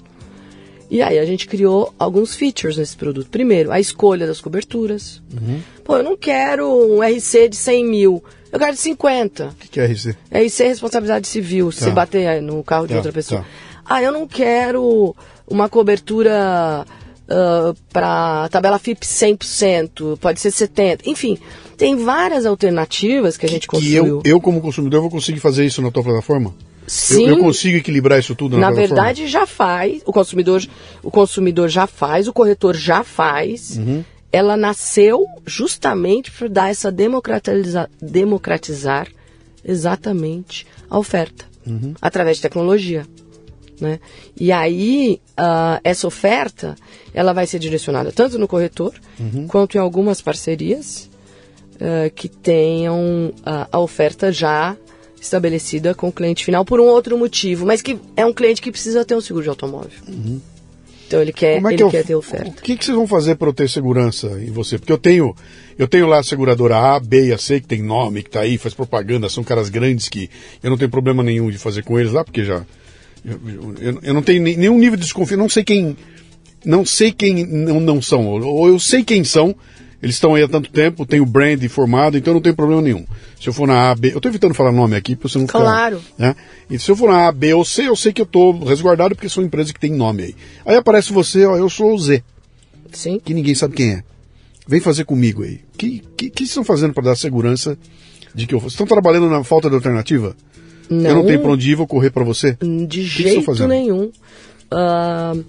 [SPEAKER 2] E aí a gente criou alguns features nesse produto. Primeiro, a escolha das coberturas.
[SPEAKER 1] Uhum.
[SPEAKER 2] Pô, eu não quero um R C de cem mil, eu quero de cinquenta.
[SPEAKER 1] O que, que é R C?
[SPEAKER 2] R C é responsabilidade civil, se
[SPEAKER 1] tá.
[SPEAKER 2] você bater no carro de
[SPEAKER 1] tá,
[SPEAKER 2] outra pessoa.
[SPEAKER 1] Tá.
[SPEAKER 2] Ah, eu não quero uma cobertura... Uh, para tabela F I P cem por cento, pode ser setenta por cento, enfim, tem várias alternativas que a gente construiu.
[SPEAKER 1] Que eu, eu como consumidor, vou conseguir fazer isso na tua plataforma?
[SPEAKER 2] Sim.
[SPEAKER 1] Eu, eu consigo equilibrar isso tudo na,
[SPEAKER 2] na
[SPEAKER 1] plataforma? Na
[SPEAKER 2] verdade, já faz, o consumidor, o consumidor já faz, o corretor já faz.
[SPEAKER 1] Uhum.
[SPEAKER 2] Ela nasceu justamente para dar essa democratizar, democratizar exatamente a oferta,
[SPEAKER 1] uhum.
[SPEAKER 2] através de tecnologia. Né? E aí, uh, essa oferta, ela vai ser direcionada tanto no corretor, uhum. quanto em algumas parcerias uh, que tenham uh, a oferta já estabelecida com o cliente final por um outro motivo, mas que é um cliente que precisa ter um seguro de automóvel.
[SPEAKER 1] Uhum.
[SPEAKER 2] Então ele quer,
[SPEAKER 1] Como é
[SPEAKER 2] ele
[SPEAKER 1] que eu,
[SPEAKER 2] quer ter oferta.
[SPEAKER 1] O que, que vocês vão fazer para eu ter segurança em você? Porque eu tenho, eu tenho lá a seguradora A, B e a C, que tem nome, que está aí, faz propaganda, são caras grandes que eu não tenho problema nenhum de fazer com eles lá, porque já... Eu, eu, eu não tenho nenhum nível de desconfiança, não sei quem não sei quem não, não são, ou eu sei quem são, eles estão aí há tanto tempo, tem o brand formado, então não tem problema nenhum. Se eu for na A, B, eu estou evitando falar nome aqui para você não ficar...
[SPEAKER 2] Claro.
[SPEAKER 1] Né? E se eu for na A, B ou C, eu sei que eu estou resguardado porque são empresas que têm nome aí. Aí aparece você, ó, eu sou o Z.
[SPEAKER 2] Sim.
[SPEAKER 1] Que ninguém sabe quem é. Vem fazer comigo aí. O que, que, que estão fazendo para dar segurança de que eu... Vocês estão trabalhando na falta de alternativa?
[SPEAKER 2] Não,
[SPEAKER 1] eu não tenho para onde ir, vou correr para você?
[SPEAKER 2] De jeito nenhum. Uh,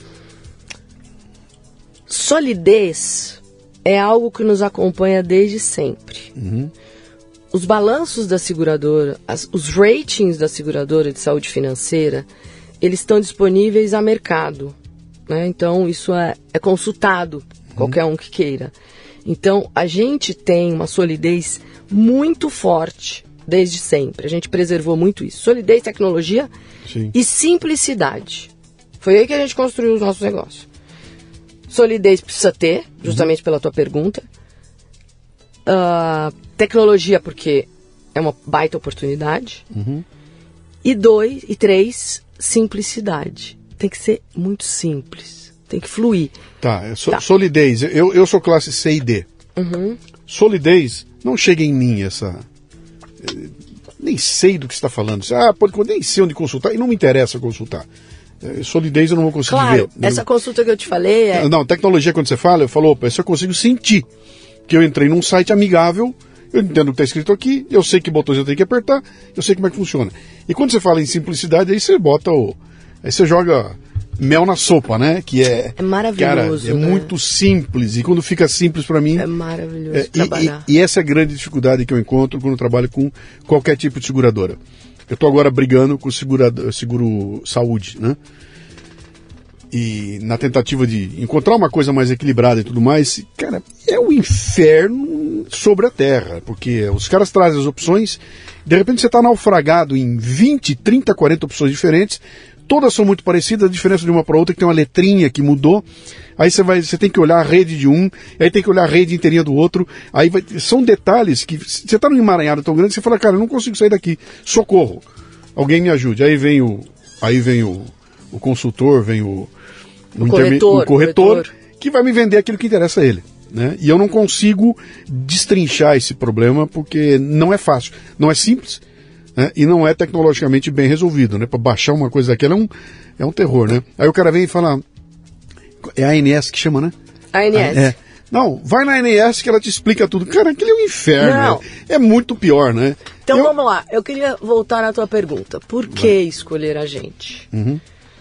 [SPEAKER 2] solidez é algo que nos acompanha desde sempre.
[SPEAKER 1] Uhum.
[SPEAKER 2] Os balanços da seguradora, as, os ratings da seguradora de saúde financeira, eles estão disponíveis a mercado, né? Então, isso é, é consultado, uhum. qualquer um que queira. Então, a gente tem uma solidez muito forte desde sempre. A gente preservou muito isso. Solidez, tecnologia
[SPEAKER 1] Sim.
[SPEAKER 2] e simplicidade. Foi aí que a gente construiu os nossos negócios. Solidez precisa ter, justamente uhum. pela tua pergunta. Uh, tecnologia, porque é uma baita oportunidade.
[SPEAKER 1] Uhum.
[SPEAKER 2] E dois, e três, simplicidade. Tem que ser muito simples. Tem que fluir.
[SPEAKER 1] Tá, so,
[SPEAKER 2] tá.
[SPEAKER 1] solidez. Eu, eu sou classe C e D.
[SPEAKER 2] Uhum.
[SPEAKER 1] Solidez, não chega em mim essa... Nem sei do que você está falando. Ah, pode, nem sei onde consultar. E não me interessa consultar. Solidez eu não vou conseguir
[SPEAKER 2] claro,
[SPEAKER 1] ver.
[SPEAKER 2] Essa eu... consulta que eu te falei é...
[SPEAKER 1] Não, tecnologia, quando você fala, eu falo, opa, isso eu consigo sentir. Que eu entrei num site amigável, eu entendo o que está escrito aqui, eu sei que botões eu tenho que apertar, eu sei como é que funciona. E quando você fala em simplicidade, aí você bota o... Aí você joga mel na sopa, né? Que é...
[SPEAKER 2] É maravilhoso,
[SPEAKER 1] cara, é
[SPEAKER 2] né?
[SPEAKER 1] muito simples. E quando fica simples para mim...
[SPEAKER 2] É maravilhoso
[SPEAKER 1] é,
[SPEAKER 2] trabalhar.
[SPEAKER 1] E, e, e essa é a grande dificuldade que eu encontro quando eu trabalho com qualquer tipo de seguradora. Eu estou agora brigando com o seguro, seguro saúde, né? E na tentativa de encontrar uma coisa mais equilibrada e tudo mais, cara, é o inferno sobre a terra, porque os caras trazem as opções, de repente você está naufragado em vinte, trinta, quarenta opções diferentes, todas são muito parecidas, a diferença de uma para outra é que tem uma letrinha que mudou, aí você, vai, você tem que olhar a rede de um, aí tem que olhar a rede inteirinha do outro, aí vai, são detalhes que você está num emaranhado tão grande, você fala, cara, eu não consigo sair daqui, socorro, alguém me ajude, aí vem o, aí vem o, o consultor, vem o
[SPEAKER 2] O, corretor,
[SPEAKER 1] o corretor, corretor, que vai me vender aquilo que interessa a ele. Né? E eu não consigo destrinchar esse problema porque não é fácil, não é simples, né? E não é tecnologicamente bem resolvido. Né? Para baixar uma coisa daquela é um, é um terror. Né? Aí o cara vem e fala, é a A N S que chama, né?
[SPEAKER 2] A A N S.
[SPEAKER 1] É. Não, vai na A N S que ela te explica tudo. Cara, aquilo é um inferno. Né? É muito pior, né?
[SPEAKER 2] Então
[SPEAKER 1] eu...
[SPEAKER 2] vamos lá, eu queria voltar na tua pergunta. Por que vai. escolher a gente?
[SPEAKER 1] Uhum.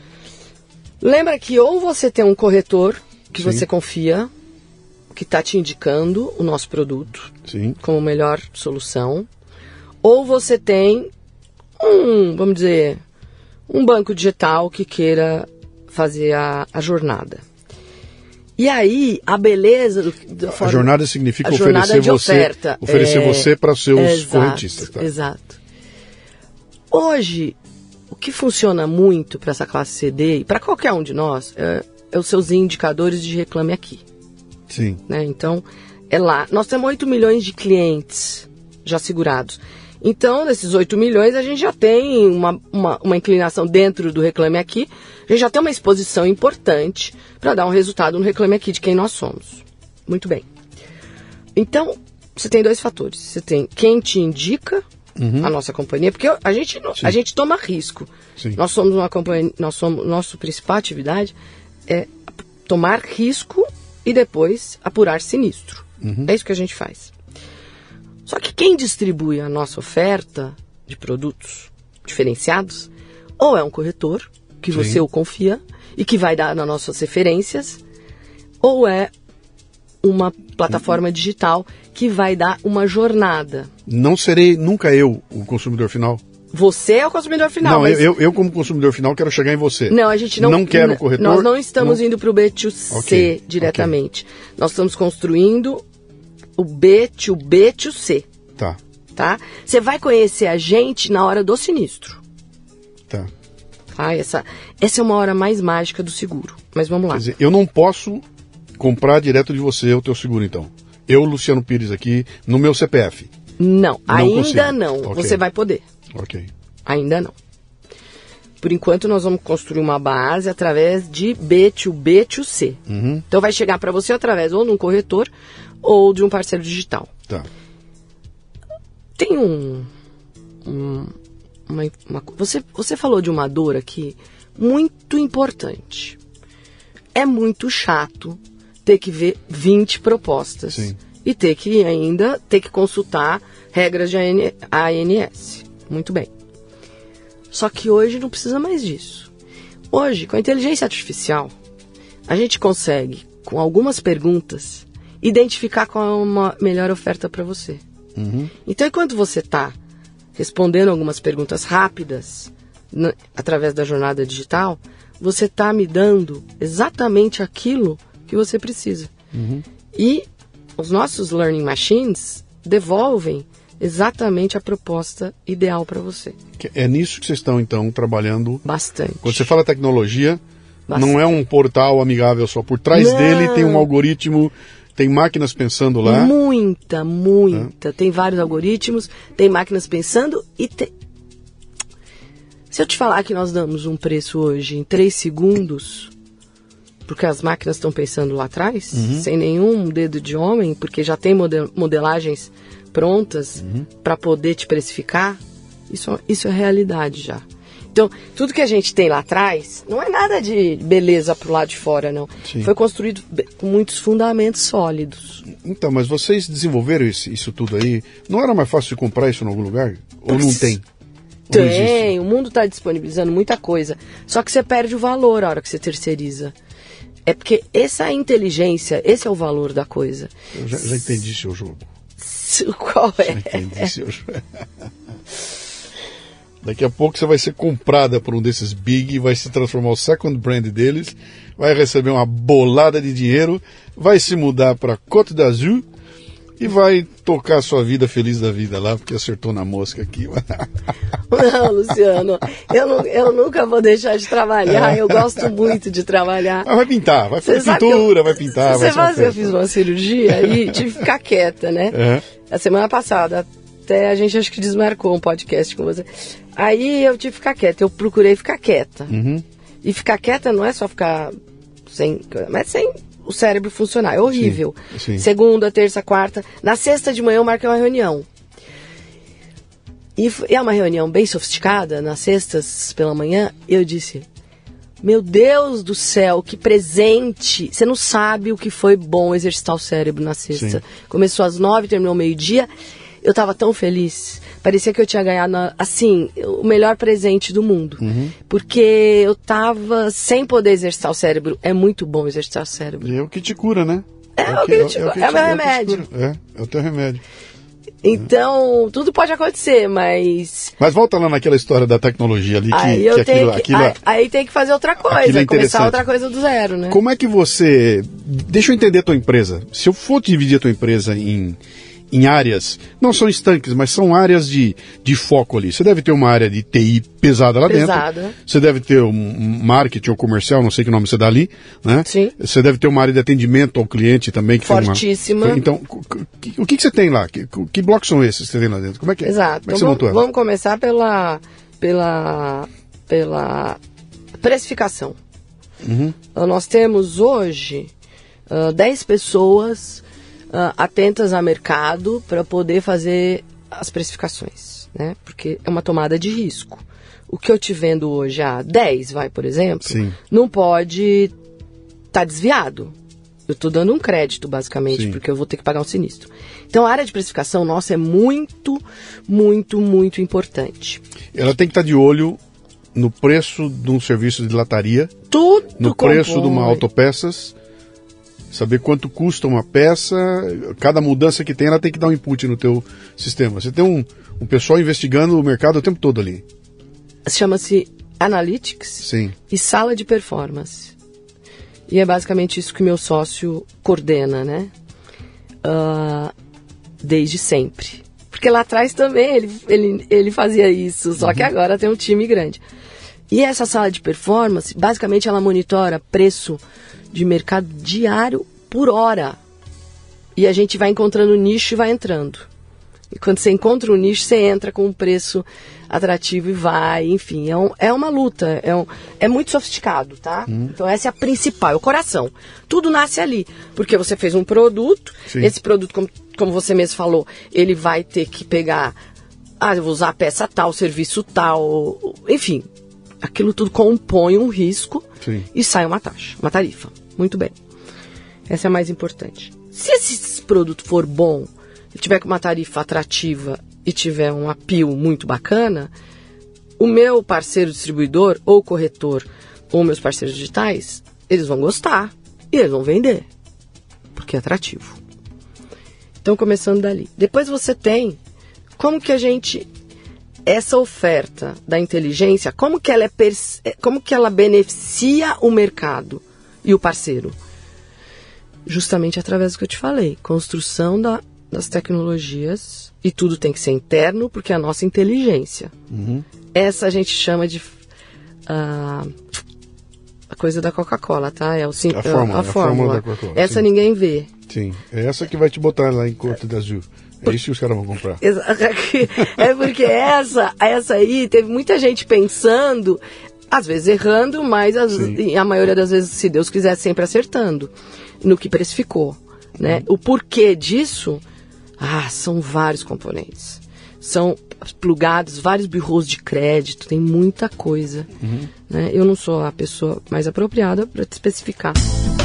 [SPEAKER 2] Lembra que ou você tem um corretor que
[SPEAKER 1] Sim.
[SPEAKER 2] você confia, que está te indicando o nosso produto
[SPEAKER 1] Sim.
[SPEAKER 2] como melhor solução, ou você tem um, vamos dizer, um banco digital que queira fazer a, a jornada. E aí, a beleza do, da forma...
[SPEAKER 1] A jornada significa
[SPEAKER 2] a jornada
[SPEAKER 1] oferecer
[SPEAKER 2] de
[SPEAKER 1] você,
[SPEAKER 2] oferta.
[SPEAKER 1] oferecer
[SPEAKER 2] é,
[SPEAKER 1] você para os seus
[SPEAKER 2] é, exato,
[SPEAKER 1] correntistas. Tá?
[SPEAKER 2] Exato. Hoje, o que funciona muito para essa classe C D e para qualquer um de nós é, é os seus indicadores de Reclame Aqui.
[SPEAKER 1] Sim.
[SPEAKER 2] Né? Então, é lá. Nós temos oito milhões de clientes já segurados. Então, desses oito milhões, a gente já tem uma, uma, uma inclinação dentro do Reclame Aqui. A gente já tem uma exposição importante para dar um resultado no Reclame Aqui de quem nós somos. Muito bem. Então, você tem dois fatores. Você tem quem te indica uhum. a nossa companhia, porque a gente, a gente toma risco.
[SPEAKER 1] Sim.
[SPEAKER 2] Nós somos uma companhia, nós somos, nossa principal atividade é tomar risco e depois apurar sinistro. Uhum. É isso que a gente faz. Só que quem distribui a nossa oferta de produtos diferenciados, ou é um corretor, que Sim. você o confia, e que vai dar nas nossas referências, ou é uma plataforma uhum. digital que vai dar uma jornada.
[SPEAKER 1] Não serei nunca eu o consumidor final?
[SPEAKER 2] Você é o consumidor final.
[SPEAKER 1] Não,
[SPEAKER 2] mas...
[SPEAKER 1] eu, eu como consumidor final quero chegar em você.
[SPEAKER 2] Não, a gente não...
[SPEAKER 1] Não quero o corretor?
[SPEAKER 2] Nós não estamos não... indo para o B dois C
[SPEAKER 1] okay.
[SPEAKER 2] diretamente. Okay. Nós estamos construindo o B dois B dois C.
[SPEAKER 1] Tá.
[SPEAKER 2] Tá? Você vai conhecer a gente na hora do sinistro.
[SPEAKER 1] Tá.
[SPEAKER 2] Tá? Essa, essa é uma hora mais mágica do seguro. Mas vamos lá.
[SPEAKER 1] Quer dizer, eu não posso comprar direto de você o teu seguro, então. Eu, Luciano Pires, aqui, no meu C P F.
[SPEAKER 2] Não, não ainda
[SPEAKER 1] consigo.
[SPEAKER 2] não. Okay. Você vai poder.
[SPEAKER 1] Ok.
[SPEAKER 2] Ainda não. Por enquanto, nós vamos construir uma base através de B dois B dois C.
[SPEAKER 1] Uhum.
[SPEAKER 2] Então, vai chegar para você através ou de um corretor ou de um parceiro digital.
[SPEAKER 1] Tá.
[SPEAKER 2] Tem um... um uma, uma, você, você falou de uma dor aqui muito importante. É muito chato ter que ver vinte propostas.
[SPEAKER 1] Sim.
[SPEAKER 2] E ter que ainda ter que consultar regras de A N S. Muito bem. Só que hoje não precisa mais disso. Hoje, com a inteligência artificial, a gente consegue, com algumas perguntas, identificar qual é uma melhor oferta para você.
[SPEAKER 1] Uhum.
[SPEAKER 2] Então, enquanto você está respondendo algumas perguntas rápidas, na, através da jornada digital, você está me dando exatamente aquilo que você precisa.
[SPEAKER 1] Uhum.
[SPEAKER 2] E os nossos learning machines devolvem exatamente a proposta ideal para você.
[SPEAKER 1] É nisso que vocês estão, então, trabalhando?
[SPEAKER 2] Bastante.
[SPEAKER 1] Quando você fala tecnologia,
[SPEAKER 2] Bastante.
[SPEAKER 1] Não é um portal amigável só. Por trás
[SPEAKER 2] Não.
[SPEAKER 1] dele tem um algoritmo, tem máquinas pensando lá.
[SPEAKER 2] Muita, muita. É. Tem vários algoritmos, tem máquinas pensando e tem... Se eu te falar que nós damos um preço hoje em três segundos, porque as máquinas estão pensando lá atrás, uhum. sem nenhum dedo de homem, porque já tem model- modelagens prontas uhum. para poder te precificar, isso, isso é realidade já. Então, tudo que a gente tem lá atrás não é nada de beleza pro lado de fora, não. Sim. Foi construído com muitos fundamentos sólidos.
[SPEAKER 1] Então, mas vocês desenvolveram isso, isso tudo aí? Não era mais fácil de comprar isso em algum lugar? Ou não tem?
[SPEAKER 2] Tem, o mundo está disponibilizando muita coisa. Só que você perde o valor a hora que você terceiriza. É porque essa inteligência, esse é o valor da coisa.
[SPEAKER 1] Eu já, já entendi seu jogo.
[SPEAKER 2] Qual é?
[SPEAKER 1] Já entendi seu jogo. Daqui a pouco você vai ser comprada por um desses big, vai se transformar o second brand deles, vai receber uma bolada de dinheiro, vai se mudar para Côte d'Azur e vai tocar a sua vida feliz da vida lá, porque acertou na mosca aqui.
[SPEAKER 2] Não, Luciano, eu, não, eu nunca vou deixar de trabalhar, eu gosto muito de trabalhar.
[SPEAKER 1] Mas vai pintar, vai fazer pintura, eu, vai pintar.
[SPEAKER 2] Você
[SPEAKER 1] vai
[SPEAKER 2] fazer, eu fiz uma cirurgia e tive que ficar quieta, né? Uhum. A semana passada, até a gente acho que desmarcou um podcast com você. Aí eu tive que ficar quieta, eu procurei ficar quieta.
[SPEAKER 1] Uhum.
[SPEAKER 2] E ficar quieta não é só ficar sem, mas sem o cérebro funcionar, é horrível.
[SPEAKER 1] Sim, sim.
[SPEAKER 2] Segunda, terça, quarta. Na sexta de manhã eu marquei uma reunião. E é uma reunião bem sofisticada, nas sextas pela manhã, eu disse, meu Deus do céu, que presente! Você não sabe o que foi bom exercitar o cérebro na sexta. Sim. Começou às nove, terminou meio-dia, eu estava tão feliz. Parecia que eu tinha ganhado, assim, o melhor presente do mundo.
[SPEAKER 1] Uhum.
[SPEAKER 2] Porque eu estava sem poder exercitar o cérebro. É muito bom exercitar o cérebro.
[SPEAKER 1] E é o que te cura, né?
[SPEAKER 2] É, é o que, te cura. É o meu remédio.
[SPEAKER 1] É, é o teu remédio.
[SPEAKER 2] Então, tudo pode acontecer, mas...
[SPEAKER 1] Mas volta lá naquela história da tecnologia ali, que,
[SPEAKER 2] aí, eu
[SPEAKER 1] que
[SPEAKER 2] tenho
[SPEAKER 1] aquilo,
[SPEAKER 2] que
[SPEAKER 1] aquilo...
[SPEAKER 2] Aí, aí tem que fazer outra coisa,
[SPEAKER 1] é
[SPEAKER 2] começar outra coisa do zero, né?
[SPEAKER 1] Como é que você... Deixa eu entender a tua empresa. Se eu for dividir a tua empresa em... em áreas, não são estanques, mas são áreas de, de foco ali. Você deve ter uma área de T I pesada lá
[SPEAKER 2] pesada.
[SPEAKER 1] dentro. Você deve ter um marketing ou comercial, não sei que nome você dá ali, né?
[SPEAKER 2] Sim.
[SPEAKER 1] Você deve ter uma área de atendimento ao cliente também. Que
[SPEAKER 2] fortíssima.
[SPEAKER 1] Uma... Então, o que, que você tem lá? Que, que blocos são esses que você tem lá dentro? Como é que,
[SPEAKER 2] Exato.
[SPEAKER 1] como é que
[SPEAKER 2] então,
[SPEAKER 1] você montou
[SPEAKER 2] vamos, vamos começar pela, pela, pela precificação.
[SPEAKER 1] Uhum.
[SPEAKER 2] Nós temos hoje uh, dez pessoas uh, atentas a mercado para poder fazer as precificações, né? Porque é uma tomada de risco. O que eu te vendo hoje a dez, vai, por exemplo,
[SPEAKER 1] Sim.
[SPEAKER 2] não pode estar tá desviado. Eu estou dando um crédito, basicamente,
[SPEAKER 1] Sim.
[SPEAKER 2] porque eu vou ter que pagar um sinistro. Então, a área de precificação nossa é muito, muito, muito importante.
[SPEAKER 1] Ela tem que estar de olho no preço de um serviço de lataria,
[SPEAKER 2] Tudo
[SPEAKER 1] no
[SPEAKER 2] compõe.
[SPEAKER 1] preço de uma autopeças, saber quanto custa uma peça, cada mudança que tem, ela tem que dar um input no teu sistema. Você tem um, um pessoal investigando o mercado o tempo todo ali.
[SPEAKER 2] Chama-se Analytics
[SPEAKER 1] Sim.
[SPEAKER 2] e Sala de Performance. E é basicamente isso que meu sócio coordena, né? Uh, desde sempre. Porque lá atrás também ele, ele, ele fazia isso, só uhum. que agora tem um time grande. E essa sala de performance, basicamente ela monitora preço de mercado diário por hora. E a gente vai encontrando nicho e vai entrando. E quando você encontra um nicho, você entra com um preço atrativo e vai, enfim, é, um, é uma luta, é, um, é muito sofisticado, tá? Hum. Então essa é a principal, é o coração. Tudo nasce ali, porque você fez um produto, Sim. esse produto, como, como você mesmo falou, ele vai ter que pegar, ah, eu vou usar a peça tal, serviço tal, enfim, aquilo tudo compõe um risco
[SPEAKER 1] Sim.
[SPEAKER 2] e sai uma taxa, uma tarifa. Muito bem. Essa é a mais importante. Se esse produto for bom, tiver com uma tarifa atrativa e tiver um appeal muito bacana, o meu parceiro distribuidor, ou corretor, ou meus parceiros digitais, eles vão gostar e eles vão vender, porque é atrativo. Então, começando dali. Depois você tem como que a gente... Essa oferta da inteligência, como que ela, é pers- como que ela beneficia o mercado e o parceiro? Justamente através do que eu te falei. Construção da, das tecnologias. E tudo tem que ser interno, porque é a nossa inteligência. Uhum. Essa a gente chama de... Uh, a coisa da Coca-Cola, tá? É o sim,
[SPEAKER 1] a fórmula,
[SPEAKER 2] a, a
[SPEAKER 1] a
[SPEAKER 2] fórmula.
[SPEAKER 1] fórmula da Coca-Cola.
[SPEAKER 2] Essa
[SPEAKER 1] sim.
[SPEAKER 2] Ninguém vê.
[SPEAKER 1] Sim, é essa que vai te botar lá em Côte d'Azur. É isso que os caras vão comprar.
[SPEAKER 2] É porque essa, essa aí teve muita gente pensando, às vezes errando, mas as, a maioria das vezes, se Deus quiser, sempre acertando no que precificou. Né? Uhum. O porquê disso, ah, são vários componentes. São plugados vários bureaus de crédito, tem muita coisa. Uhum. Né? Eu não sou a pessoa mais apropriada para te especificar.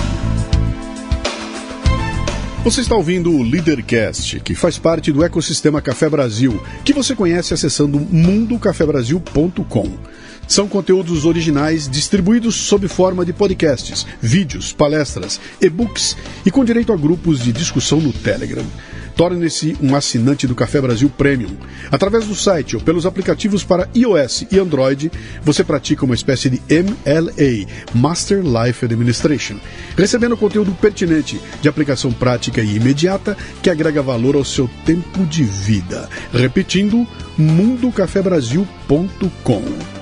[SPEAKER 1] Você está ouvindo o Leadercast, que faz parte do ecossistema Café Brasil, que você conhece acessando mundo café brasil ponto com. São conteúdos originais distribuídos sob forma de podcasts, vídeos, palestras, e-books e com direito a grupos de discussão no Telegram. Torne-se um assinante do Café Brasil Premium. Através do site ou pelos aplicativos para iOS e Android, você pratica uma espécie de M L A, Master Life Administration, recebendo conteúdo pertinente, de aplicação prática e imediata, que agrega valor ao seu tempo de vida. Repetindo, mundo café brasil ponto com.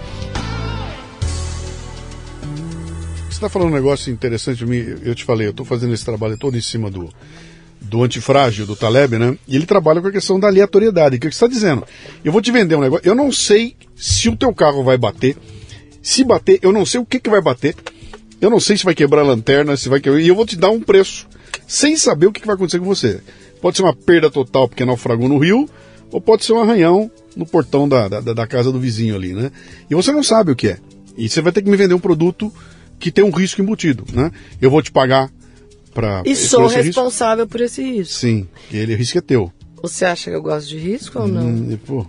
[SPEAKER 1] Você está falando um negócio interessante de mim. Eu te falei, eu estou fazendo esse trabalho todo em cima do... do antifrágil, do Taleb, né? E ele trabalha com a questão da aleatoriedade, que é o que você está dizendo. Eu vou te vender um negócio, eu não sei se o teu carro vai bater, se bater, eu não sei o que, que vai bater, eu não sei se vai quebrar a lanterna, se vai quebrar, e eu vou te dar um preço, sem saber o que, que vai acontecer com você. Pode ser uma perda total porque naufragou no rio, ou pode ser um arranhão no portão da, da, da casa do vizinho ali, né? E você não sabe o que é. E você vai ter que me vender um produto que tem um risco embutido, né? Eu vou te pagar Pra,
[SPEAKER 2] e sou responsável risco? Por esse risco.
[SPEAKER 1] Sim, ele, o risco é teu.
[SPEAKER 2] Você acha que eu gosto de risco ou não?
[SPEAKER 1] Hum, pô.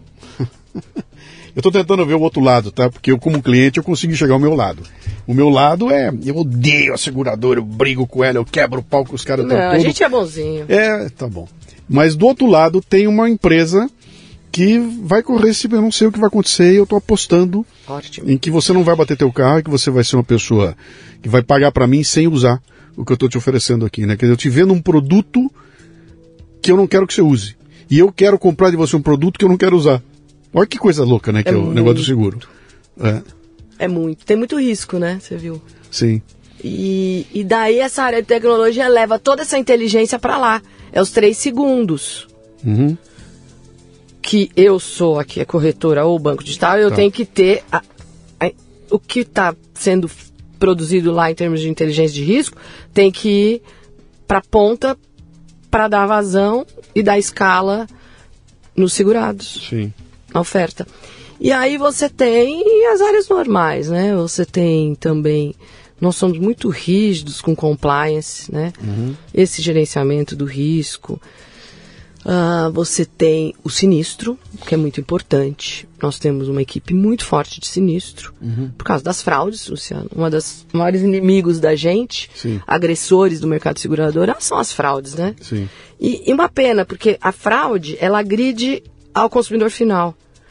[SPEAKER 1] Eu tô tentando ver o outro lado, tá? Porque eu, como cliente, eu consigo enxergar o meu lado. O meu lado é, eu odeio a seguradora, eu brigo com ela, eu quebro o pau com os caras.
[SPEAKER 2] Não,
[SPEAKER 1] todo.
[SPEAKER 2] A gente é bonzinho.
[SPEAKER 1] É, tá bom. Mas do outro lado tem uma empresa que vai correr, se eu não sei o que vai acontecer, e eu tô apostando
[SPEAKER 2] Ótimo.
[SPEAKER 1] Em que você não vai bater teu carro e que você vai ser uma pessoa que vai pagar pra mim sem usar o que eu estou te oferecendo aqui, né? Quer dizer, eu te vendo um produto que eu não quero que você use. E eu quero comprar de você um produto que eu não quero usar. Olha que coisa louca, né? Que é, é o negócio do seguro. É.
[SPEAKER 2] é muito. Tem muito risco, né? Você viu?
[SPEAKER 1] Sim.
[SPEAKER 2] E, e daí essa área de tecnologia leva toda essa inteligência para lá. É os três segundos.
[SPEAKER 1] Uhum.
[SPEAKER 2] Que eu sou aqui, a corretora ou banco digital, eu
[SPEAKER 1] tá.
[SPEAKER 2] tenho que ter a, a, o que está sendo produzido lá em termos de inteligência de risco, tem que ir para a ponta para dar vazão e dar escala nos segurados.
[SPEAKER 1] Sim.
[SPEAKER 2] Na oferta. E aí você tem as áreas normais, né? Você tem também... Nós somos muito rígidos com compliance, né? Uhum. Esse gerenciamento do risco. Uh, você tem o sinistro, que é muito importante. Nós temos uma equipe muito forte de sinistro, uhum. por causa das fraudes, Luciano. Uma das maiores inimigos da gente, Sim. agressores do mercado segurador, são as fraudes, né?
[SPEAKER 1] Sim.
[SPEAKER 2] E, e uma pena, porque a fraude, ela agride ao consumidor final.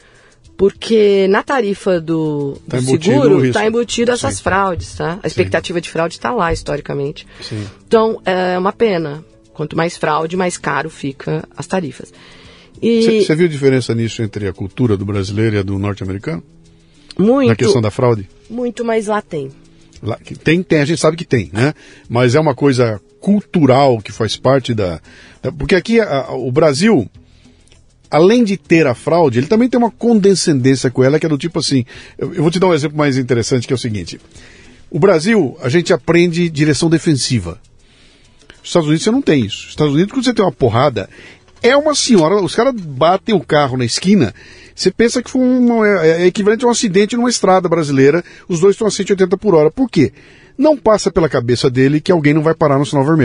[SPEAKER 2] Porque na tarifa do, do
[SPEAKER 1] tá
[SPEAKER 2] seguro está embutido essas
[SPEAKER 1] Sim.
[SPEAKER 2] fraudes, tá? A expectativa Sim. de fraude está lá, historicamente.
[SPEAKER 1] Sim.
[SPEAKER 2] Então, é uma pena. Quanto mais fraude, mais caro fica as tarifas.
[SPEAKER 1] Você viu a diferença nisso entre a cultura do brasileiro e a do norte-americano?
[SPEAKER 2] Muito.
[SPEAKER 1] Na questão da fraude?
[SPEAKER 2] Muito, mas lá tem.
[SPEAKER 1] Lá, tem, tem, a gente sabe que tem, né? Mas é uma coisa cultural que faz parte da... da porque aqui a, o Brasil, além de ter a fraude, ele também tem uma condescendência com ela, que é do tipo assim... Eu, eu vou te dar um exemplo mais interessante, que é o seguinte. O Brasil, a gente aprende direção defensiva. Nos Estados Unidos você não tem isso. Nos Estados Unidos, quando você tem uma porrada, é uma senhora, os caras batem o carro na esquina, você pensa que foi um, é, é equivalente a um acidente numa estrada brasileira, os dois estão a cento e oitenta por hora. Por quê? Não passa pela cabeça dele que alguém não vai parar no sinal vermelho.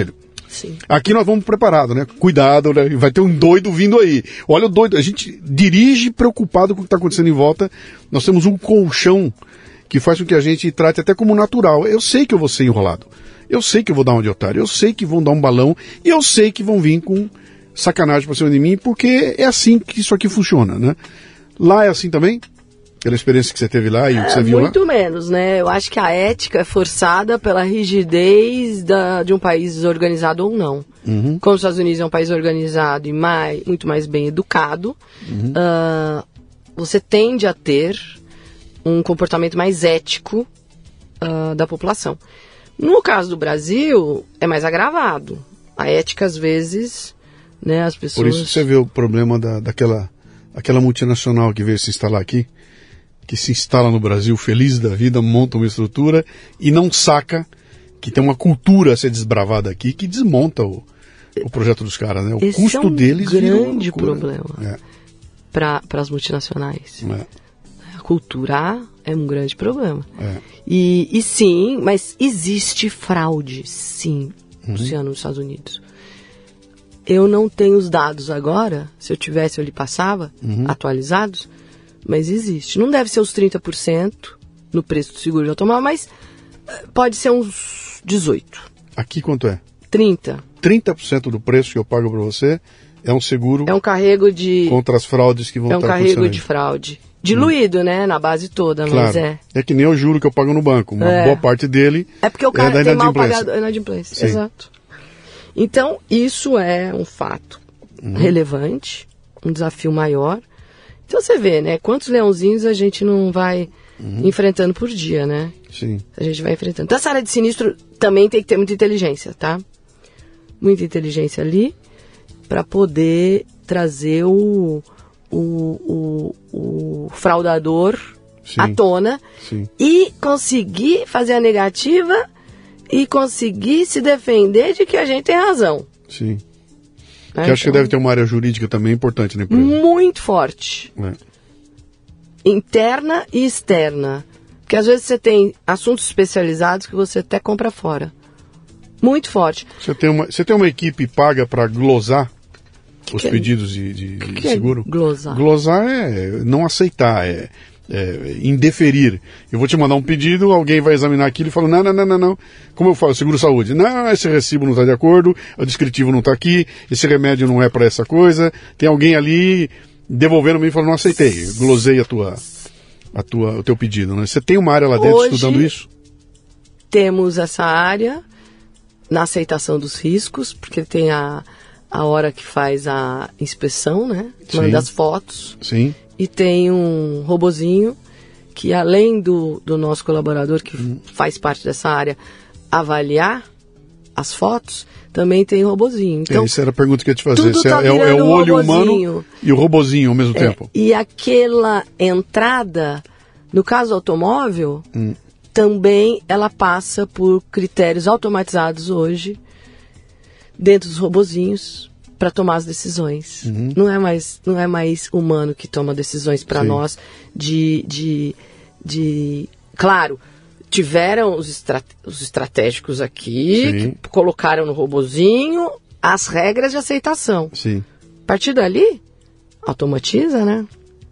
[SPEAKER 2] Sim.
[SPEAKER 1] Aqui nós vamos preparados, né? Cuidado, né? Vai ter um doido vindo aí. Olha o doido. A gente dirige preocupado com o que está acontecendo em volta. Nós temos um colchão que faz com que a gente trate até como natural. Eu sei que eu vou ser enrolado. Eu sei que eu vou dar uma de otário. Eu sei que vão dar um balão. E eu sei que vão vir com sacanagem pra cima de mim, porque é assim que isso aqui funciona, né? Lá é assim também? Pela experiência que você teve lá e o que
[SPEAKER 2] É,
[SPEAKER 1] você viu lá?
[SPEAKER 2] muito menos, né? Eu acho que a ética é forçada pela rigidez da, de um país organizado ou não.
[SPEAKER 1] Uhum.
[SPEAKER 2] Como os Estados Unidos é um país organizado e mais, muito mais bem educado,
[SPEAKER 1] Uhum.
[SPEAKER 2] uh, você tende a ter um comportamento mais ético uh, da população. No caso do Brasil, é mais agravado. A ética, às vezes, né, as pessoas...
[SPEAKER 1] Por isso você vê o problema da, daquela aquela multinacional que veio se instalar aqui, que se instala no Brasil feliz da vida, monta uma estrutura e não saca que tem uma cultura a ser desbravada aqui que desmonta o, o projeto dos caras, né? O
[SPEAKER 2] Esse
[SPEAKER 1] custo
[SPEAKER 2] é um
[SPEAKER 1] deles vira uma
[SPEAKER 2] grande
[SPEAKER 1] loucura.
[SPEAKER 2] problema
[SPEAKER 1] É,
[SPEAKER 2] para as multinacionais.
[SPEAKER 1] é,
[SPEAKER 2] A cultura é um grande problema.
[SPEAKER 1] é.
[SPEAKER 2] E, e sim, mas existe fraude, sim,
[SPEAKER 1] Uhum.
[SPEAKER 2] Luciano, nos Estados Unidos. Eu não tenho os dados agora, se eu tivesse eu lhe passava,
[SPEAKER 1] Uhum.
[SPEAKER 2] atualizados, mas existe. Não deve ser os trinta por cento no preço do seguro de automóvel, mas eh, pode ser uns dezoito por cento.
[SPEAKER 1] Aqui quanto é?
[SPEAKER 2] trinta por cento.
[SPEAKER 1] trinta por cento do preço que eu pago para você é um seguro
[SPEAKER 2] É um carrego de...
[SPEAKER 1] contra as fraudes que vão
[SPEAKER 2] É um
[SPEAKER 1] estar
[SPEAKER 2] carrego
[SPEAKER 1] acontecendo
[SPEAKER 2] de
[SPEAKER 1] aí.
[SPEAKER 2] fraude. Diluído, né? Na base toda, mas
[SPEAKER 1] Claro.
[SPEAKER 2] é.
[SPEAKER 1] É que nem o juro que eu pago no banco. Uma
[SPEAKER 2] É.
[SPEAKER 1] boa parte dele
[SPEAKER 2] É porque o cara
[SPEAKER 1] é da
[SPEAKER 2] tem mal
[SPEAKER 1] inadimplência.
[SPEAKER 2] pagado inadimplência.
[SPEAKER 1] Sim.
[SPEAKER 2] Exato. Então, isso é um fato
[SPEAKER 1] Uhum.
[SPEAKER 2] relevante, um desafio maior. Então você vê, né? Quantos leãozinhos a gente não vai
[SPEAKER 1] Uhum.
[SPEAKER 2] enfrentando por dia, né?
[SPEAKER 1] Sim.
[SPEAKER 2] A gente vai enfrentando. Então, essa área de sinistro também tem que ter muita inteligência, tá? Muita inteligência ali para poder trazer o, o, o, o fraudador
[SPEAKER 1] Sim.
[SPEAKER 2] à tona
[SPEAKER 1] Sim.
[SPEAKER 2] e conseguir fazer a negativa e conseguir se defender de que a gente tem razão.
[SPEAKER 1] Sim.
[SPEAKER 2] Né?
[SPEAKER 1] Que acho que
[SPEAKER 2] Então,
[SPEAKER 1] deve ter uma área jurídica também importante na empresa.
[SPEAKER 2] muito forte.
[SPEAKER 1] É.
[SPEAKER 2] Interna e externa. Porque às vezes você tem assuntos especializados que você até compra fora. Muito forte.
[SPEAKER 1] Você tem uma, você tem uma equipe paga para glosar os
[SPEAKER 2] que é-
[SPEAKER 1] pedidos de, de- de
[SPEAKER 2] que é
[SPEAKER 1] seguro?
[SPEAKER 2] glosar?
[SPEAKER 1] Glosar é não aceitar, é, é indeferir. Eu vou te mandar um pedido, alguém vai examinar aquilo e fala, não, não, não, não, não. Como eu falo, seguro-saúde. Não, esse recibo não está de acordo, o descritivo não está aqui, esse remédio não é para essa coisa. Tem alguém ali devolvendo me e falando, não aceitei, glosei a tua, a tua, o teu pedido. Né? Você tem uma área lá dentro
[SPEAKER 2] Hoje-
[SPEAKER 1] estudando isso?
[SPEAKER 2] Temos essa área na aceitação dos riscos, porque tem a, a hora que faz a inspeção, né?
[SPEAKER 1] Sim.
[SPEAKER 2] Manda as fotos.
[SPEAKER 1] Sim.
[SPEAKER 2] E tem um robozinho que, além do, do nosso colaborador, que
[SPEAKER 1] Hum.
[SPEAKER 2] faz parte dessa área, avaliar as fotos, também tem robozinho. Então,
[SPEAKER 1] Essa era a pergunta que eu ia te fazer.
[SPEAKER 2] tudo
[SPEAKER 1] Esse
[SPEAKER 2] tá
[SPEAKER 1] é, é o- é
[SPEAKER 2] virando
[SPEAKER 1] o olho
[SPEAKER 2] robozinho.
[SPEAKER 1] humano e o robozinho ao mesmo
[SPEAKER 2] é,
[SPEAKER 1] tempo.
[SPEAKER 2] e aquela entrada, no caso automóvel,
[SPEAKER 1] Hum.
[SPEAKER 2] também ela passa por critérios automatizados hoje, dentro dos robozinhos, para tomar as decisões.
[SPEAKER 1] Uhum.
[SPEAKER 2] Não é mais, não é mais humano que toma decisões para
[SPEAKER 1] Sim.
[SPEAKER 2] nós de, de, de... Claro, tiveram os, estra- os estratégicos aqui,
[SPEAKER 1] Sim.
[SPEAKER 2] que colocaram no robozinho as regras de aceitação.
[SPEAKER 1] Sim.
[SPEAKER 2] A partir dali, automatiza, né?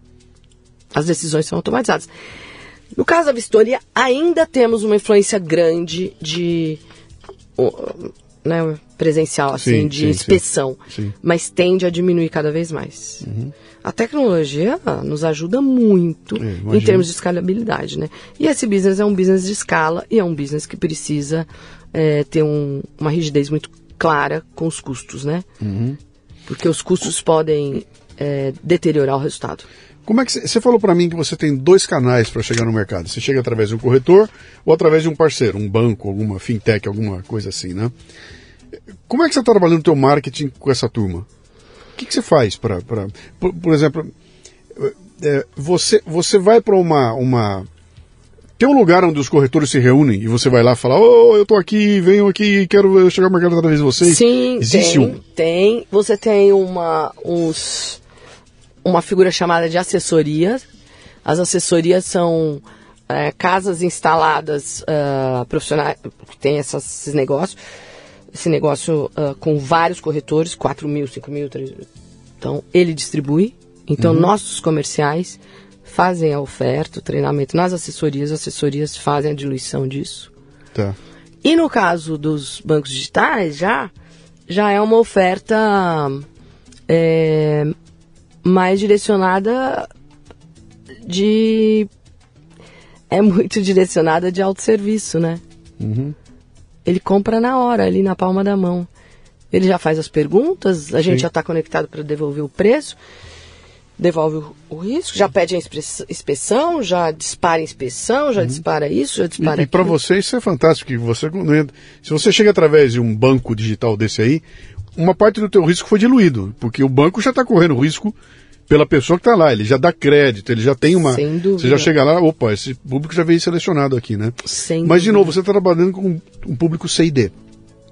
[SPEAKER 2] As decisões são automatizadas. No caso da vistoria, ainda temos uma influência grande de... uh, né, presencial, assim,
[SPEAKER 1] Sim,
[SPEAKER 2] de
[SPEAKER 1] sim,
[SPEAKER 2] inspeção.
[SPEAKER 1] sim. Sim.
[SPEAKER 2] Mas tende a diminuir cada vez mais.
[SPEAKER 1] Uhum.
[SPEAKER 2] A tecnologia ah, nos ajuda muito
[SPEAKER 1] É,
[SPEAKER 2] em
[SPEAKER 1] imagino.
[SPEAKER 2] termos de escalabilidade, né? E esse business é um business de escala e é um business que precisa é, ter um- uma rigidez muito clara com os custos, né?
[SPEAKER 1] Uhum.
[SPEAKER 2] Porque os custos podem é, deteriorar o resultado.
[SPEAKER 1] Como é que você falou para mim que você tem dois canais para chegar no mercado? Você chega através de um corretor ou através de um parceiro, um banco, alguma fintech, alguma coisa assim, né? Como é que você está trabalhando o teu marketing com essa turma? O que, que você faz para, por, por exemplo, é, você você vai para uma uma tem um lugar onde os corretores se reúnem e você vai lá falar, oh, eu tô aqui, venho aqui, quero chegar no mercado através de vocês.
[SPEAKER 2] Sim,
[SPEAKER 1] Existe
[SPEAKER 2] tem,
[SPEAKER 1] um.
[SPEAKER 2] tem. Você tem uma, uns, uma figura chamada de assessoria. As assessorias são é, casas instaladas uh, profissionais que têm essas, esses negócios. esse negócio uh, com vários corretores, quatro mil, cinco mil, três mil. Então, ele distribui. Então, uhum. nossos comerciais fazem a oferta, o treinamento nas assessorias, as assessorias fazem a diluição disso.
[SPEAKER 1] Tá.
[SPEAKER 2] E no caso dos bancos digitais, já, já é uma oferta é, mais direcionada de... É muito direcionada de autosserviço, né?
[SPEAKER 1] Uhum.
[SPEAKER 2] Ele compra na hora, ali na palma da mão. Ele já faz as perguntas, a gente
[SPEAKER 1] Sim.
[SPEAKER 2] já está conectado para devolver o preço, devolve o, o risco, já pede a inspeção, já dispara a inspeção, já uhum. dispara isso, já dispara
[SPEAKER 1] E, e para você isso é fantástico, que você, se você chega através de um banco digital desse aí, uma parte do teu risco foi diluído, porque o banco já está correndo risco pela pessoa que está lá, ele já dá crédito, ele já tem uma...
[SPEAKER 2] Sem dúvida.
[SPEAKER 1] Você já chega lá, opa, esse público já veio selecionado aqui, né?
[SPEAKER 2] Sem
[SPEAKER 1] Mas, de
[SPEAKER 2] dúvida.
[SPEAKER 1] novo, você está trabalhando com um público C e D,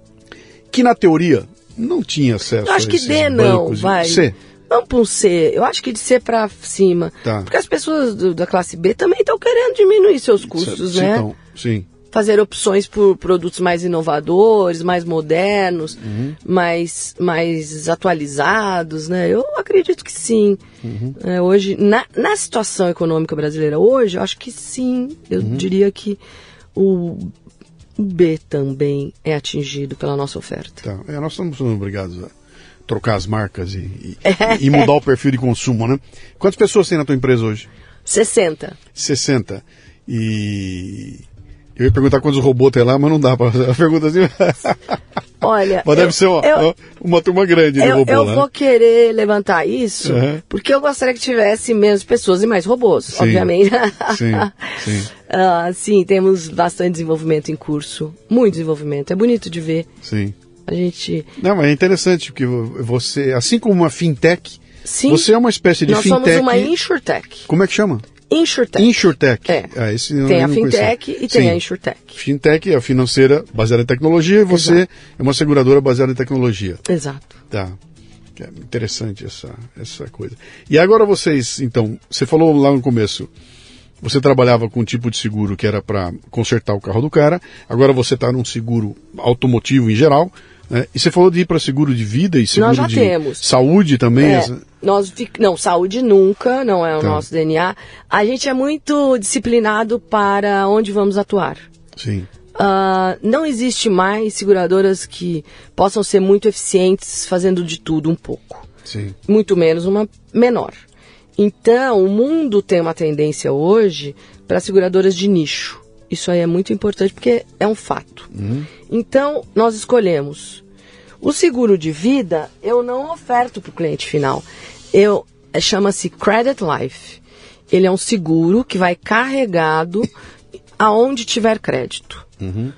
[SPEAKER 1] que na teoria não tinha acesso
[SPEAKER 2] Eu acho
[SPEAKER 1] a
[SPEAKER 2] que
[SPEAKER 1] esses
[SPEAKER 2] D não,
[SPEAKER 1] bancos.
[SPEAKER 2] vai.
[SPEAKER 1] C.
[SPEAKER 2] Vamos para um C. Eu acho que de C para cima.
[SPEAKER 1] Tá.
[SPEAKER 2] Porque as pessoas do, da classe B também estão querendo diminuir seus custos,
[SPEAKER 1] sim,
[SPEAKER 2] né?
[SPEAKER 1] Então, sim.
[SPEAKER 2] Fazer opções por produtos mais inovadores, mais modernos, uhum. mais, mais atualizados, né? Eu acredito que sim. Uhum. É, hoje, na, na situação econômica brasileira hoje, eu acho que sim. Eu uhum. diria que o, o B também é atingido pela nossa oferta.
[SPEAKER 1] Tá. É, nós estamos obrigados a trocar as marcas e, e, e mudar o perfil de consumo, né? Quantas pessoas tem na tua empresa hoje?
[SPEAKER 2] sessenta.
[SPEAKER 1] sessenta. E... Eu ia perguntar quantos robôs tem lá, mas não dá para fazer a pergunta assim.
[SPEAKER 2] Olha,
[SPEAKER 1] mas deve
[SPEAKER 2] eu,
[SPEAKER 1] ser uma,
[SPEAKER 2] eu,
[SPEAKER 1] uma turma grande de
[SPEAKER 2] eu,
[SPEAKER 1] robô,
[SPEAKER 2] eu
[SPEAKER 1] né?
[SPEAKER 2] Eu vou querer levantar isso, uhum. porque eu gostaria que tivesse menos pessoas e mais robôs,
[SPEAKER 1] sim,
[SPEAKER 2] obviamente.
[SPEAKER 1] Sim, sim.
[SPEAKER 2] uh, sim, temos bastante desenvolvimento em curso, muito desenvolvimento, é bonito de ver.
[SPEAKER 1] Sim.
[SPEAKER 2] A gente...
[SPEAKER 1] Não, mas é interessante, porque você, assim como uma fintech,
[SPEAKER 2] sim,
[SPEAKER 1] você é uma espécie de
[SPEAKER 2] nós
[SPEAKER 1] fintech...
[SPEAKER 2] Nós somos uma insurtech.
[SPEAKER 1] Como é que chama?
[SPEAKER 2] Insurtech.
[SPEAKER 1] Insurtech.
[SPEAKER 2] É.
[SPEAKER 1] Ah, esse
[SPEAKER 2] tem a fintech e tem
[SPEAKER 1] Sim.
[SPEAKER 2] a insurtech.
[SPEAKER 1] Fintech é a financeira baseada em tecnologia e você Exato. É uma seguradora baseada em tecnologia.
[SPEAKER 2] Exato.
[SPEAKER 1] Tá. É interessante essa, essa coisa. E agora vocês, então, você falou lá no começo, você trabalhava com um tipo de seguro que era para consertar o carro do cara, agora você está num seguro automotivo em geral, né? E você falou de ir para seguro de vida e seguro
[SPEAKER 2] Nós já
[SPEAKER 1] de
[SPEAKER 2] temos.
[SPEAKER 1] saúde também?
[SPEAKER 2] É,
[SPEAKER 1] essa...
[SPEAKER 2] nós, não, saúde nunca, não é o
[SPEAKER 1] tá.
[SPEAKER 2] nosso D N A. A gente é muito disciplinado para onde vamos atuar.
[SPEAKER 1] Sim.
[SPEAKER 2] Uh, não existe mais seguradoras que possam ser muito eficientes fazendo de tudo um pouco.
[SPEAKER 1] Sim.
[SPEAKER 2] Muito menos uma menor. Então, o mundo tem uma tendência hoje para seguradoras de nicho. Isso aí é muito importante porque é um fato. Uhum. Então, nós escolhemos. O seguro de vida, eu não oferto para o cliente final. Eu, é, chama-se Credit Life. Ele é um seguro que vai carregado aonde tiver crédito. Uhum.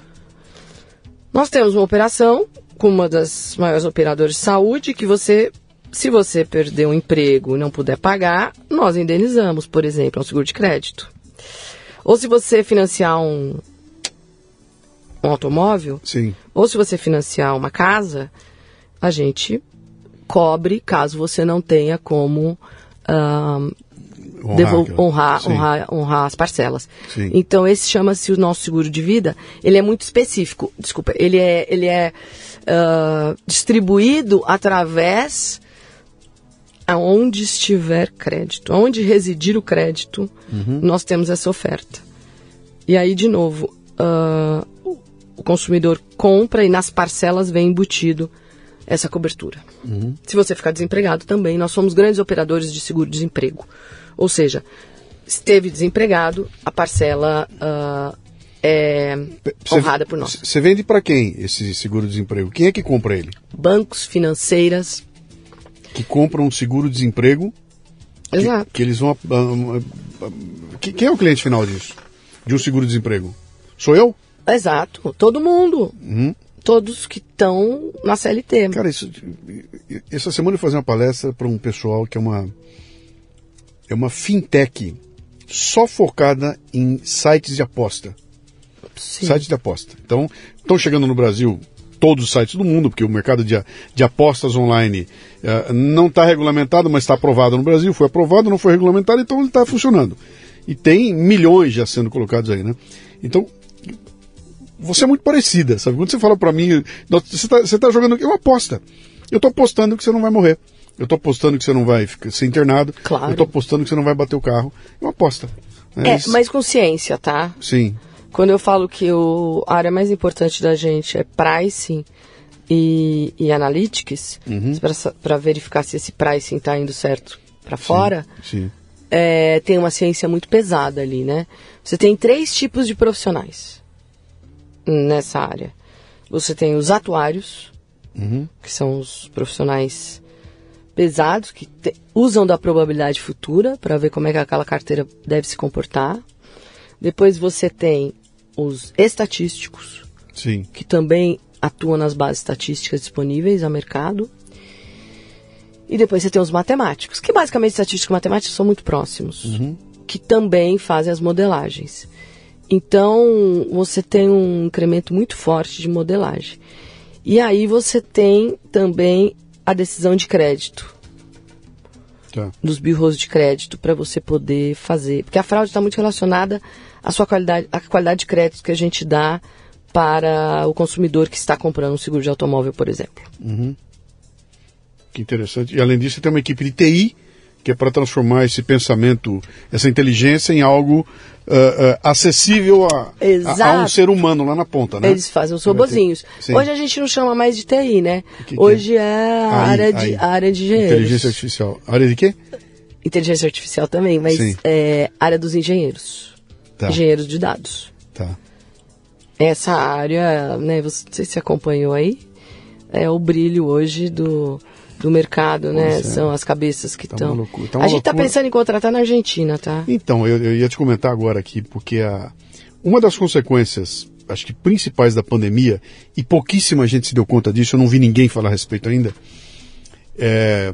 [SPEAKER 2] Nós temos uma operação com uma das maiores operadoras de saúde que você, se você perder um emprego e não puder pagar, nós indenizamos, por exemplo, é um seguro de crédito. Ou se você financiar um, um automóvel,
[SPEAKER 1] Sim.
[SPEAKER 2] ou se você financiar uma casa, a gente cobre caso você não tenha como uh, honrar, devol- honrar, honrar, honrar as parcelas.
[SPEAKER 1] Sim.
[SPEAKER 2] Então, esse chama-se o nosso seguro de vida. Ele é muito específico. Desculpa, ele é, ele é uh, distribuído através... aonde estiver crédito, aonde residir o crédito, uhum. nós temos essa oferta. E aí, de novo, uh, o consumidor compra e nas parcelas vem embutido essa cobertura. Uhum. Se você ficar desempregado também, nós somos grandes operadores de seguro-desemprego. Ou seja, esteve desempregado, a parcela uh, é cê, honrada por nós.
[SPEAKER 1] Você vende para quem esse seguro-desemprego? Quem é que compra ele?
[SPEAKER 2] Bancos, financeiras...
[SPEAKER 1] que compram um seguro-desemprego.
[SPEAKER 2] Exato.
[SPEAKER 1] Que, que eles vão... Uh, uh, uh, que, quem é o cliente final disso? De um seguro-desemprego? Sou eu?
[SPEAKER 2] Exato. Todo mundo.
[SPEAKER 1] Uhum.
[SPEAKER 2] Todos que estão na C L T.
[SPEAKER 1] Cara, isso, essa semana eu vou fazer uma palestra para um pessoal que é uma... É uma fintech só focada em sites de aposta.
[SPEAKER 2] Sim.
[SPEAKER 1] Sites de aposta. Então, estão chegando no Brasil... todos os sites do mundo, porque o mercado de, de apostas online uh, não está regulamentado, mas está aprovado no Brasil, foi aprovado, não foi regulamentado, então ele está funcionando. E tem milhões já sendo colocados aí, né? Então, você é muito parecida, sabe? Quando você fala pra mim, você está você tá jogando, é uma aposta. Eu tô apostando que você não vai morrer. Eu tô apostando que você não vai ficar, ser internado.
[SPEAKER 2] Claro.
[SPEAKER 1] Eu tô apostando que você não vai bater o carro. É uma aposta.
[SPEAKER 2] É, é mas com ciência, tá?
[SPEAKER 1] Sim.
[SPEAKER 2] Quando eu falo que o, a área mais importante da gente é pricing e, e analytics, uhum. para verificar se esse pricing está indo certo para fora,
[SPEAKER 1] sim, sim.
[SPEAKER 2] É, tem uma ciência muito pesada ali, né? Você tem três tipos de profissionais nessa área. Você tem os atuários, uhum. que são os profissionais pesados, que te, usam da probabilidade futura para ver como é que aquela carteira deve se comportar. Depois você tem os estatísticos,
[SPEAKER 1] sim.
[SPEAKER 2] que também atuam nas bases estatísticas disponíveis ao mercado. E depois você tem os matemáticos, que basicamente estatística e matemática são muito próximos, uhum. que também fazem as modelagens. Então, você tem um incremento muito forte de modelagem. E aí você tem também a decisão de crédito, tá. dos bureaus de crédito, para você poder fazer. Porque a fraude está muito relacionada à sua qualidade, à qualidade de crédito que a gente dá para o consumidor que está comprando um seguro de automóvel, por exemplo.
[SPEAKER 1] Uhum. Que interessante. E além disso, você tem uma equipe de T I, que é para transformar esse pensamento, essa inteligência em algo uh, uh, acessível a, a, a um ser humano lá na ponta, né?
[SPEAKER 2] Eles fazem os robozinhos.
[SPEAKER 1] Sim.
[SPEAKER 2] Hoje a gente não chama mais de T I, né?
[SPEAKER 1] Que
[SPEAKER 2] Hoje
[SPEAKER 1] que é,
[SPEAKER 2] é a,
[SPEAKER 1] aí,
[SPEAKER 2] área, de,
[SPEAKER 1] aí.
[SPEAKER 2] a área de engenheiros.
[SPEAKER 1] Inteligência artificial. A área de quê?
[SPEAKER 2] Inteligência artificial também, mas é a área dos engenheiros. Tá. Engenheiros de dados.
[SPEAKER 1] Tá.
[SPEAKER 2] Essa área, né, você, não sei se você acompanhou aí, é o brilho hoje do... do mercado, né?
[SPEAKER 1] É.
[SPEAKER 2] São as cabeças que estão...
[SPEAKER 1] Tá tá
[SPEAKER 2] a gente está
[SPEAKER 1] loucura.
[SPEAKER 2] pensando em contratar na Argentina, tá?
[SPEAKER 1] Então, eu, eu ia te comentar agora aqui, porque a, uma das consequências, acho que principais da pandemia, e pouquíssima gente se deu conta disso, eu não vi ninguém falar a respeito ainda, é,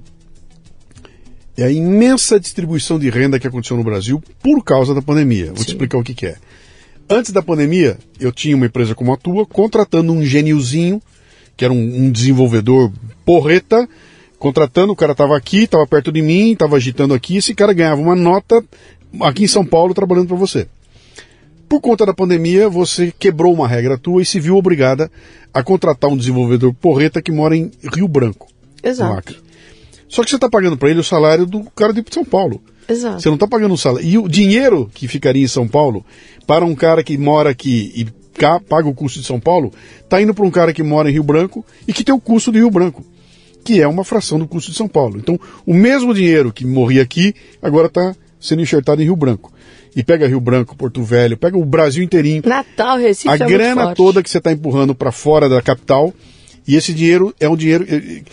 [SPEAKER 1] é a imensa distribuição de renda que aconteceu no Brasil por causa da pandemia. Vou Sim. te explicar o que, que é. Antes da pandemia, eu tinha uma empresa como a tua, contratando um gêniozinho, que era um, um desenvolvedor porreta, contratando, o cara estava aqui, estava perto de mim, estava agitando aqui, esse cara ganhava uma nota aqui em São Paulo trabalhando para você. Por conta da pandemia, você quebrou uma regra tua e se viu obrigada a contratar um desenvolvedor porreta que mora em Rio Branco,
[SPEAKER 2] Exato.
[SPEAKER 1] no Acre. Só que você está pagando para ele o salário do cara de São Paulo.
[SPEAKER 2] Exato.
[SPEAKER 1] Você não está pagando o salário. E o dinheiro que ficaria em São Paulo, para um cara que mora aqui e cá, paga o custo de São Paulo, está indo para um cara que mora em Rio Branco e que tem o custo de Rio Branco, que é uma fração do custo de São Paulo. Então, o mesmo dinheiro que morria aqui, agora está sendo enxertado em Rio Branco. E pega Rio Branco, Porto Velho, pega o Brasil inteirinho.
[SPEAKER 2] Natal, Recife,
[SPEAKER 1] a
[SPEAKER 2] é
[SPEAKER 1] grana
[SPEAKER 2] muito forte.
[SPEAKER 1] toda que você está empurrando para fora da capital, e esse dinheiro é um dinheiro...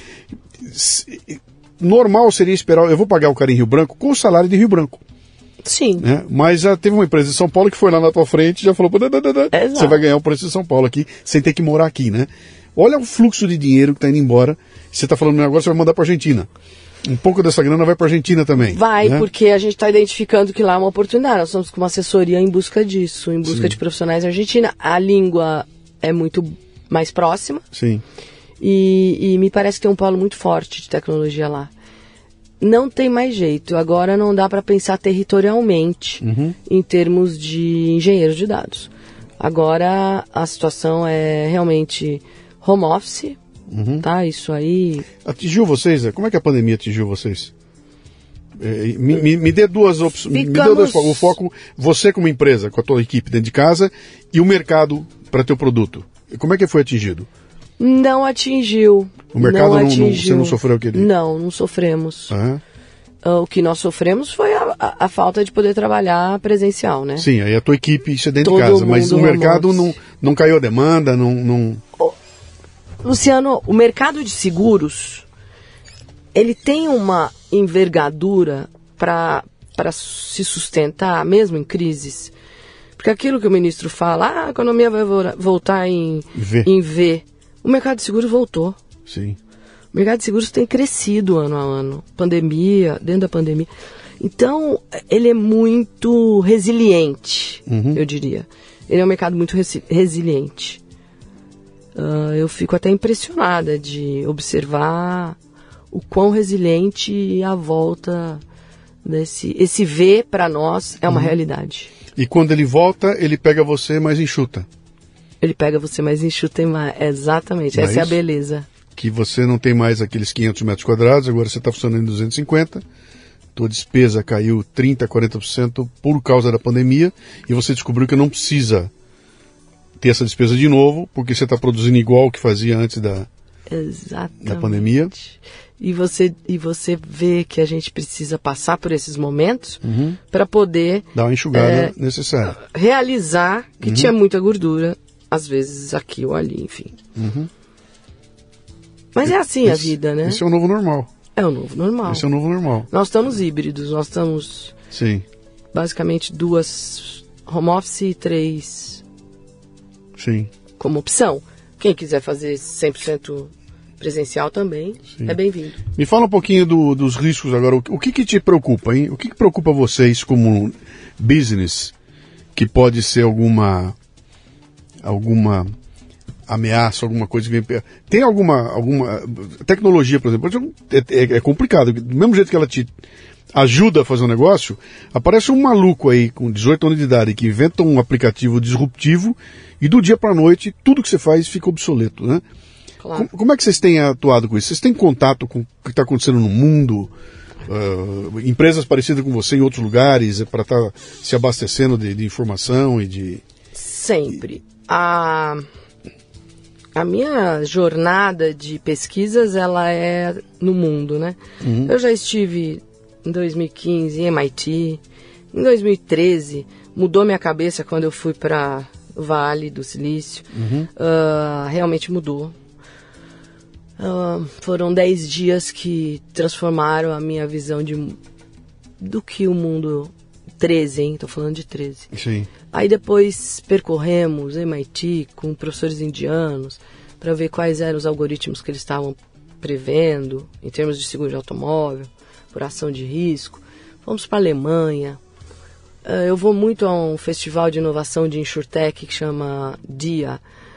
[SPEAKER 1] Normal seria esperar, eu vou pagar o cara em Rio Branco com o salário de Rio Branco.
[SPEAKER 2] Sim.
[SPEAKER 1] Né? Mas já teve uma empresa de São Paulo que foi lá na tua frente e já falou, você vai ganhar o preço de São Paulo aqui, sem ter que morar aqui, né? Olha o fluxo de dinheiro que está indo embora. Você está falando agora, você vai mandar para a Argentina. Um pouco dessa grana vai para a Argentina também.
[SPEAKER 2] Vai,
[SPEAKER 1] né?
[SPEAKER 2] Porque a gente está identificando que lá é uma oportunidade. Nós estamos com uma assessoria em busca disso, em busca Sim. de profissionais da Argentina. A língua é muito mais próxima.
[SPEAKER 1] Sim.
[SPEAKER 2] E, e me parece que tem um polo muito forte de tecnologia lá. Não tem mais jeito. Agora não dá para pensar territorialmente uhum. em termos de engenheiros de dados. Agora a situação é realmente home office, uhum. tá? Isso aí...
[SPEAKER 1] Atingiu vocês? Como é que a pandemia atingiu vocês? É, me, me, me dê duas opções.
[SPEAKER 2] Ficamos...
[SPEAKER 1] Me dê dois focos. O foco, você como empresa, com a tua equipe dentro de casa, e o mercado para teu produto. Como é que foi atingido?
[SPEAKER 2] Não atingiu.
[SPEAKER 1] O mercado
[SPEAKER 2] não
[SPEAKER 1] não,
[SPEAKER 2] atingiu.
[SPEAKER 1] Não, você não sofreu aquele?
[SPEAKER 2] Não, não sofremos.
[SPEAKER 1] Uhum.
[SPEAKER 2] Uh, o que nós sofremos foi a, a, a falta de poder trabalhar presencial, né?
[SPEAKER 1] Sim, aí a tua equipe, isso é dentro
[SPEAKER 2] Todo
[SPEAKER 1] de casa, mas o mercado
[SPEAKER 2] não,
[SPEAKER 1] não caiu a demanda, não... não...
[SPEAKER 2] Oh, Luciano, o mercado de seguros, ele tem uma envergadura para se sustentar, mesmo em crises. Porque aquilo que o ministro fala, ah, a economia vai voltar em V. em V. O mercado de seguros voltou.
[SPEAKER 1] Sim.
[SPEAKER 2] O mercado de seguros tem crescido ano a ano. Pandemia, dentro da pandemia. Então, ele é muito resiliente, uhum. eu diria. Ele é um mercado muito resi resiliente. Uh, eu fico até impressionada de observar o quão resiliente a volta desse... Esse V, para nós, é uma uhum. realidade.
[SPEAKER 1] E quando ele volta, ele pega você mais enxuta.
[SPEAKER 2] ele pega você mais enxuta e mais. Exatamente,
[SPEAKER 1] Não é
[SPEAKER 2] essa é a
[SPEAKER 1] isso?
[SPEAKER 2] beleza.
[SPEAKER 1] Que você não tem mais aqueles quinhentos metros quadrados, agora você está funcionando em duzentos e cinquenta, tua despesa caiu trinta, quarenta por cento por causa da pandemia, e você descobriu que não precisa ter essa despesa de novo, porque você está produzindo igual que fazia antes da,
[SPEAKER 2] Exatamente.
[SPEAKER 1] da pandemia.
[SPEAKER 2] E você, e você vê que a gente precisa passar por esses momentos
[SPEAKER 1] Uhum.
[SPEAKER 2] para poder
[SPEAKER 1] Dá uma enxugada
[SPEAKER 2] É,
[SPEAKER 1] necessária.
[SPEAKER 2] realizar que
[SPEAKER 1] Uhum.
[SPEAKER 2] tinha muita gordura, às vezes aqui ou ali, enfim.
[SPEAKER 1] Uhum.
[SPEAKER 2] Mas é assim a
[SPEAKER 1] Esse-
[SPEAKER 2] vida, né?
[SPEAKER 1] Esse é o novo normal.
[SPEAKER 2] É o novo normal.
[SPEAKER 1] Esse é o novo normal.
[SPEAKER 2] Nós estamos híbridos, nós estamos
[SPEAKER 1] Sim,
[SPEAKER 2] basicamente duas home office e três
[SPEAKER 1] sim.
[SPEAKER 2] como opção. Quem quiser fazer cem por cento presencial também
[SPEAKER 1] Sim.
[SPEAKER 2] é bem-vindo.
[SPEAKER 1] Me fala um pouquinho do- dos riscos agora. O, o que, que te preocupa, hein? O que, que preocupa vocês como business que pode ser alguma alguma ameaça, alguma coisa que vem... pe- Tem alguma, alguma tecnologia, por exemplo, é, é, é complicado. Do mesmo jeito que ela te ajuda a fazer um negócio, aparece um maluco aí com dezoito anos de idade que inventa um aplicativo disruptivo e do dia para a noite tudo que você faz fica obsoleto, né?
[SPEAKER 2] Claro.
[SPEAKER 1] Como, como é que vocês têm atuado com isso? Vocês têm contato com o que está acontecendo no mundo? Uh, empresas parecidas com você em outros lugares para estar se abastecendo de, de informação e de...
[SPEAKER 2] Sempre. A, a minha jornada de pesquisas, ela é no mundo, né?
[SPEAKER 1] Uhum.
[SPEAKER 2] Eu já estive em dois mil e quinze em M I T. Em dois mil e treze, mudou minha cabeça quando eu fui para o Vale do Silício.
[SPEAKER 1] Uhum.
[SPEAKER 2] Uh, realmente mudou. Uh, foram dez dias que transformaram a minha visão de, do que o mundo... treze, hein? Tô falando de treze.
[SPEAKER 1] Sim.
[SPEAKER 2] Aí depois percorremos M I T com professores indianos para ver quais eram os algoritmos que eles estavam prevendo em termos de seguro de automóvel, por ação de risco. Fomos para a Alemanha. Uh, eu vou muito a um festival de inovação de InsurTech que chama DIA,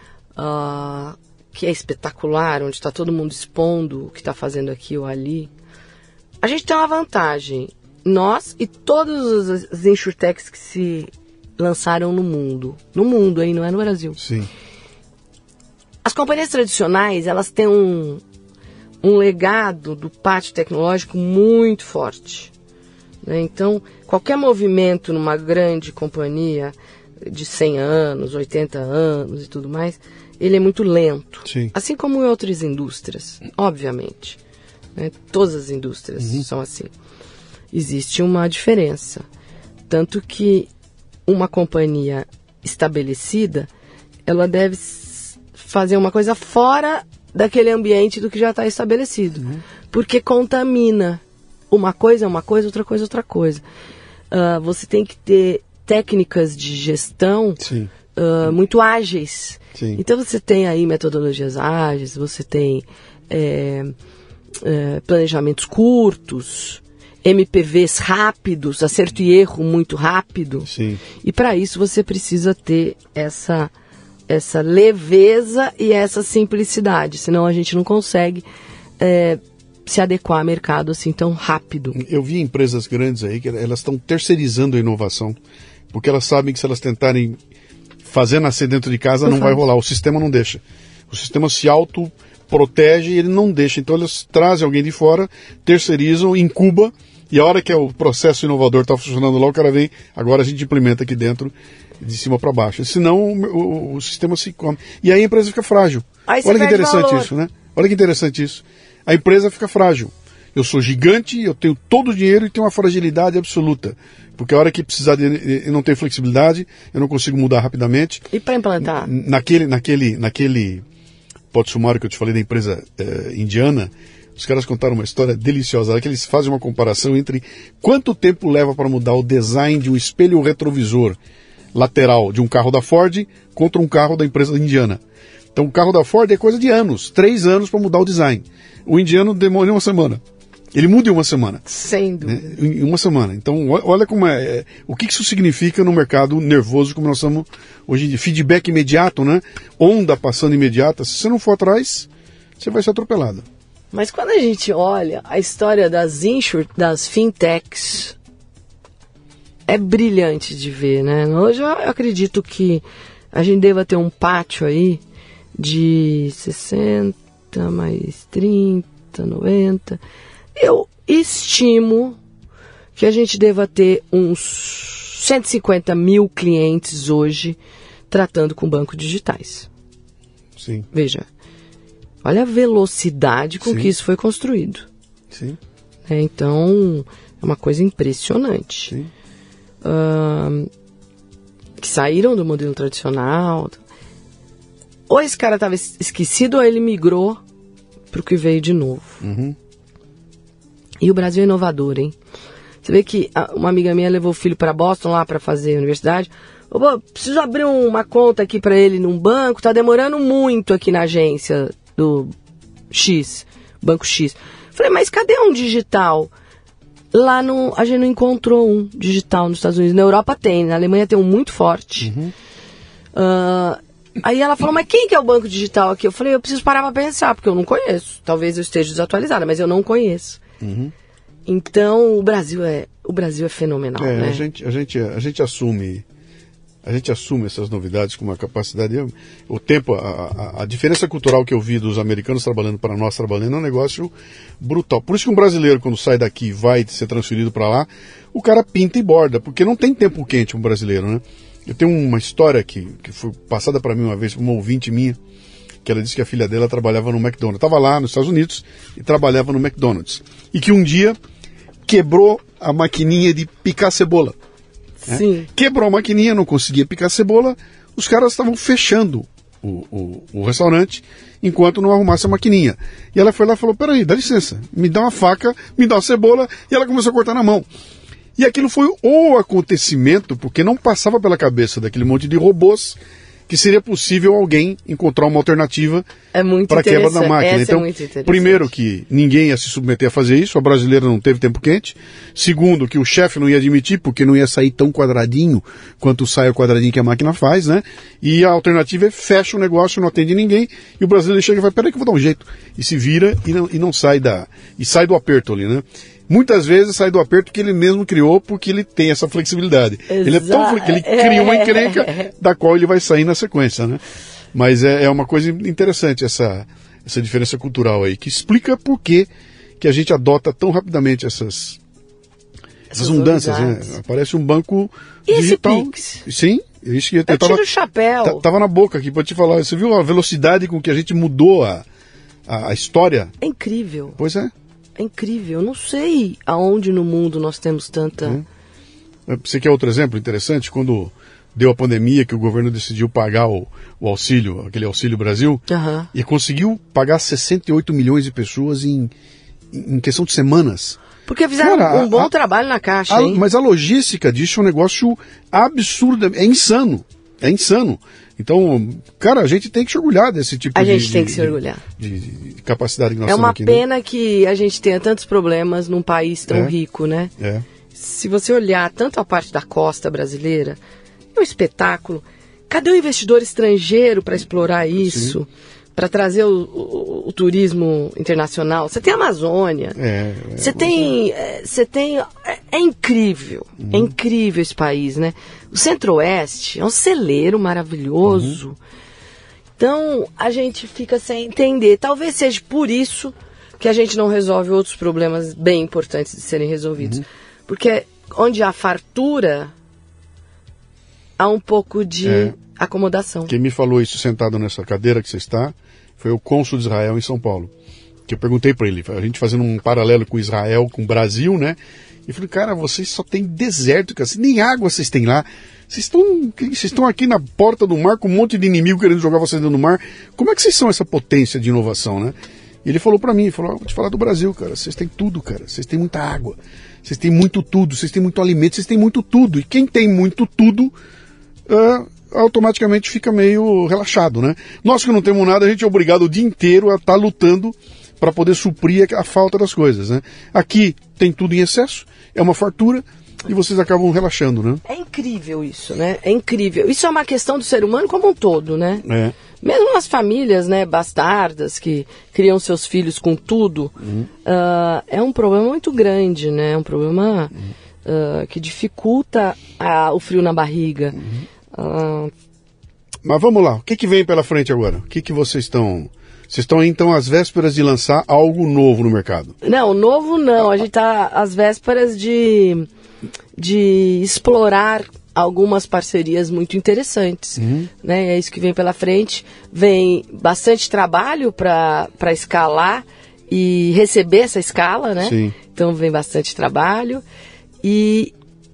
[SPEAKER 2] uh, que é espetacular, onde está todo mundo expondo o que está fazendo aqui ou ali. A gente tem uma vantagem. Nós e todas as, as InsurTechs que se lançaram no mundo. No mundo, hein? Não é no Brasil.
[SPEAKER 1] Sim.
[SPEAKER 2] As companhias tradicionais, elas têm um, um legado do pátio tecnológico muito forte. Né? Então, qualquer movimento numa grande companhia de cem anos, oitenta anos e tudo mais, ele é muito lento.
[SPEAKER 1] Sim.
[SPEAKER 2] Assim como em outras indústrias, obviamente. Né? Todas as indústrias
[SPEAKER 1] Uhum.
[SPEAKER 2] são assim. Existe uma diferença. Tanto que uma companhia estabelecida, ela deve s- fazer uma coisa fora daquele ambiente do que já está estabelecido.
[SPEAKER 1] Uhum.
[SPEAKER 2] Porque contamina. Uma coisa é uma coisa, outra coisa é outra coisa. Ah, você tem que ter técnicas de gestão
[SPEAKER 1] Sim.
[SPEAKER 2] ah, muito ágeis.
[SPEAKER 1] Sim.
[SPEAKER 2] Então você tem aí metodologias ágeis, você tem é, é, planejamentos curtos, M P Vs rápidos, acerto e erro muito rápido.
[SPEAKER 1] Sim.
[SPEAKER 2] E para isso você precisa ter essa, essa leveza e essa simplicidade, senão a gente não consegue é, se adequar ao mercado assim tão rápido.
[SPEAKER 1] Eu vi empresas grandes aí que elas estão terceirizando a inovação, porque elas sabem que se elas tentarem fazer nascer dentro de casa,
[SPEAKER 2] Não
[SPEAKER 1] não vai
[SPEAKER 2] faz.
[SPEAKER 1] rolar. O sistema não deixa. O sistema se auto-protege e ele não deixa. Então eles trazem alguém de fora, terceirizam, incuba, e a hora que é o processo inovador está funcionando lá, o cara vem, agora a gente implementa aqui dentro, de cima para baixo. Senão o, o, o sistema se come. E aí a empresa fica frágil.
[SPEAKER 2] Aí você
[SPEAKER 1] Olha que
[SPEAKER 2] perde
[SPEAKER 1] interessante
[SPEAKER 2] valor.
[SPEAKER 1] isso, né? Olha que interessante isso. A empresa fica frágil. Eu sou gigante, eu tenho todo o dinheiro e tenho uma fragilidade absoluta. Porque a hora que precisar de, eu não tenho flexibilidade, eu não consigo mudar rapidamente.
[SPEAKER 2] E para implantar?
[SPEAKER 1] Naquele, naquele, naquele pote sumário que eu te falei da empresa eh, indiana, os caras contaram uma história deliciosa. Lá que eles fazem uma comparação entre quanto tempo leva para mudar o design de um espelho retrovisor lateral de um carro da Ford contra um carro da empresa indiana. Então o carro da Ford é coisa de anos, três anos para mudar o design. O indiano demora uma semana. Ele muda em uma semana.
[SPEAKER 2] Sem dúvida.
[SPEAKER 1] Né? Em uma semana. Então, olha como é, é. O que isso significa no mercado nervoso como nós estamos hoje em dia. Feedback imediato, né? Onda passando imediata. Se você não for atrás, você vai ser atropelado.
[SPEAKER 2] Mas quando a gente olha a história das insur, das fintechs, é brilhante de ver, né? Hoje eu acredito que a gente deva ter um pátio aí de sessenta mais trinta, noventa. Eu estimo que a gente deva ter uns cento e cinquenta mil clientes hoje tratando com bancos digitais.
[SPEAKER 1] Sim.
[SPEAKER 2] Veja, olha a velocidade com Sim. que isso foi construído.
[SPEAKER 1] Sim.
[SPEAKER 2] É, então, é uma coisa impressionante.
[SPEAKER 1] Sim.
[SPEAKER 2] Uh, que saíram do modelo tradicional. Ou esse cara estava esquecido ou ele migrou para o que veio de novo.
[SPEAKER 1] Uhum.
[SPEAKER 2] E o Brasil é inovador, hein? Você vê que uma amiga minha levou o filho para Boston lá para fazer a universidade. Oh, preciso abrir uma conta aqui para ele num banco, tá demorando muito aqui na agência do X, Banco X. Falei, mas cadê um digital? Lá no, a gente não encontrou um digital nos Estados Unidos. Na Europa tem, na Alemanha tem um muito forte.
[SPEAKER 1] Uhum.
[SPEAKER 2] Uh, aí ela falou, mas quem que é o banco digital aqui? Eu falei, eu preciso parar para pensar, porque eu não conheço. Talvez eu esteja desatualizada, mas eu não conheço.
[SPEAKER 1] Uhum.
[SPEAKER 2] Então, o Brasil é, o Brasil é fenomenal,
[SPEAKER 1] é,
[SPEAKER 2] né?
[SPEAKER 1] A gente, a gente, a gente assume... A gente assume essas novidades com uma capacidade... O tempo, a, a, a diferença cultural que eu vi dos americanos trabalhando para nós trabalhando é um negócio brutal. Por isso que um brasileiro, quando sai daqui e vai ser transferido para lá, o cara pinta e borda, porque não tem tempo quente um brasileiro, né? Eu tenho uma história que, que foi passada para mim uma vez por uma ouvinte minha, que ela disse que a filha dela trabalhava no McDonald's. Estava lá nos Estados Unidos e trabalhava no McDonald's. E que um dia quebrou a maquininha de picar cebola.
[SPEAKER 2] Sim.
[SPEAKER 1] É? Quebrou a maquininha, não conseguia picar cebola, os caras estavam fechando o, o, o restaurante enquanto não arrumasse a maquininha. E ela foi lá e falou, peraí, dá licença, me dá uma faca, me dá uma cebola, e ela começou a cortar na mão. E aquilo foi o acontecimento, porque não passava pela cabeça daquele monte de robôs que seria possível alguém encontrar uma alternativa
[SPEAKER 2] é para
[SPEAKER 1] a quebra da máquina.
[SPEAKER 2] Essa
[SPEAKER 1] então,
[SPEAKER 2] é
[SPEAKER 1] primeiro que ninguém ia se submeter a fazer isso, a brasileira não teve tempo quente. Segundo, que o chefe não ia admitir, porque não ia sair tão quadradinho quanto sai o quadradinho que a máquina faz, né? E a alternativa é fecha o negócio, não atende ninguém, e o brasileiro chega e fala, peraí que eu vou dar um jeito. E se vira e não, e não sai da... E sai do aperto ali, né? Muitas vezes sai do aperto que ele mesmo criou, porque ele tem essa flexibilidade.
[SPEAKER 2] Exato.
[SPEAKER 1] Ele é tão que ele cria uma encrenca da qual ele vai sair na sequência, né? Mas é, é uma coisa interessante essa, essa diferença cultural aí, que explica por que, que a gente adota tão rapidamente essas, essas, essas mudanças, né? Aparece um banco
[SPEAKER 2] e
[SPEAKER 1] digital.
[SPEAKER 2] Esse Pix?
[SPEAKER 1] Sim, isso que eu,
[SPEAKER 2] eu
[SPEAKER 1] tava,
[SPEAKER 2] tiro o chapéu.
[SPEAKER 1] Tava na boca aqui para te falar. Você viu a velocidade com que a gente mudou a, a, a história?
[SPEAKER 2] É incrível.
[SPEAKER 1] Pois é.
[SPEAKER 2] É incrível. Eu não sei aonde no mundo nós temos tanta...
[SPEAKER 1] É. Você quer outro exemplo interessante? Quando deu a pandemia, que o governo decidiu pagar o, o auxílio, aquele Auxílio Brasil,
[SPEAKER 2] uhum.
[SPEAKER 1] e conseguiu pagar sessenta e oito milhões de pessoas em, em questão de semanas.
[SPEAKER 2] Porque fizeram Cara, um bom a, trabalho na Caixa,
[SPEAKER 1] a,
[SPEAKER 2] hein?
[SPEAKER 1] Mas a logística disso é um negócio absurdo, é insano. É insano. Então, cara, a gente tem que se orgulhar desse tipo
[SPEAKER 2] a
[SPEAKER 1] de...
[SPEAKER 2] A gente tem
[SPEAKER 1] de,
[SPEAKER 2] que se orgulhar.
[SPEAKER 1] De, de, de capacidade que nós
[SPEAKER 2] É uma
[SPEAKER 1] aqui,
[SPEAKER 2] pena
[SPEAKER 1] né?
[SPEAKER 2] que a gente tenha tantos problemas num país tão
[SPEAKER 1] é,
[SPEAKER 2] rico, né?
[SPEAKER 1] É.
[SPEAKER 2] Se você olhar tanto a parte da costa brasileira, é um espetáculo. Cadê o investidor estrangeiro para explorar isso? Para trazer o, o, o turismo internacional? Você tem a Amazônia.
[SPEAKER 1] É, é,
[SPEAKER 2] você tem... É, você tem é, é incrível. Uhum. É incrível esse país, né? O Centro-Oeste é um celeiro maravilhoso. Uhum. Então, a gente fica sem entender. Talvez seja por isso que a gente não resolve outros problemas bem importantes de serem resolvidos. Uhum. Porque onde há fartura, há um pouco de é. acomodação.
[SPEAKER 1] Quem me falou isso sentado nessa cadeira que você está foi o cônsul de Israel em São Paulo. Que eu perguntei para ele, a gente fazendo um paralelo com Israel, com o Brasil, né? E falei, cara, vocês só tem deserto, cara. Nem água vocês têm lá. Vocês estão, vocês estão aqui na porta do mar com um monte de inimigo querendo jogar vocês dentro do mar. Como é que vocês são essa potência de inovação, né? E ele falou para mim, falou, ah, vou te falar do Brasil, cara. Vocês têm tudo, cara. Vocês têm muita água. Vocês têm muito tudo. Vocês têm muito alimento. Vocês têm muito tudo. E quem tem muito tudo, uh, automaticamente fica meio relaxado, né? Nós que não temos nada, a gente é obrigado o dia inteiro a estar tá lutando para poder suprir a falta das coisas, né? Aqui tem tudo em excesso, é uma fartura e vocês acabam relaxando, né?
[SPEAKER 2] É incrível isso, né? É incrível. Isso é uma questão do ser humano como um todo, né?
[SPEAKER 1] É.
[SPEAKER 2] Mesmo as famílias, né, bastardas que criam seus filhos com tudo, uhum. uh, é um problema muito grande, né? É um problema uhum. uh, que dificulta a, o frio na barriga. Uhum. Uh,
[SPEAKER 1] Mas vamos lá, o que, que vem pela frente agora? O que, que vocês estão... Vocês estão aí, então, às vésperas de lançar algo novo no mercado?
[SPEAKER 2] Não, novo não. A gente está às vésperas de, de explorar algumas parcerias muito interessantes. Uhum. Né? É isso que vem pela frente. Vem bastante trabalho para escalar e receber essa escala, né?
[SPEAKER 1] Sim.
[SPEAKER 2] Então vem bastante trabalho e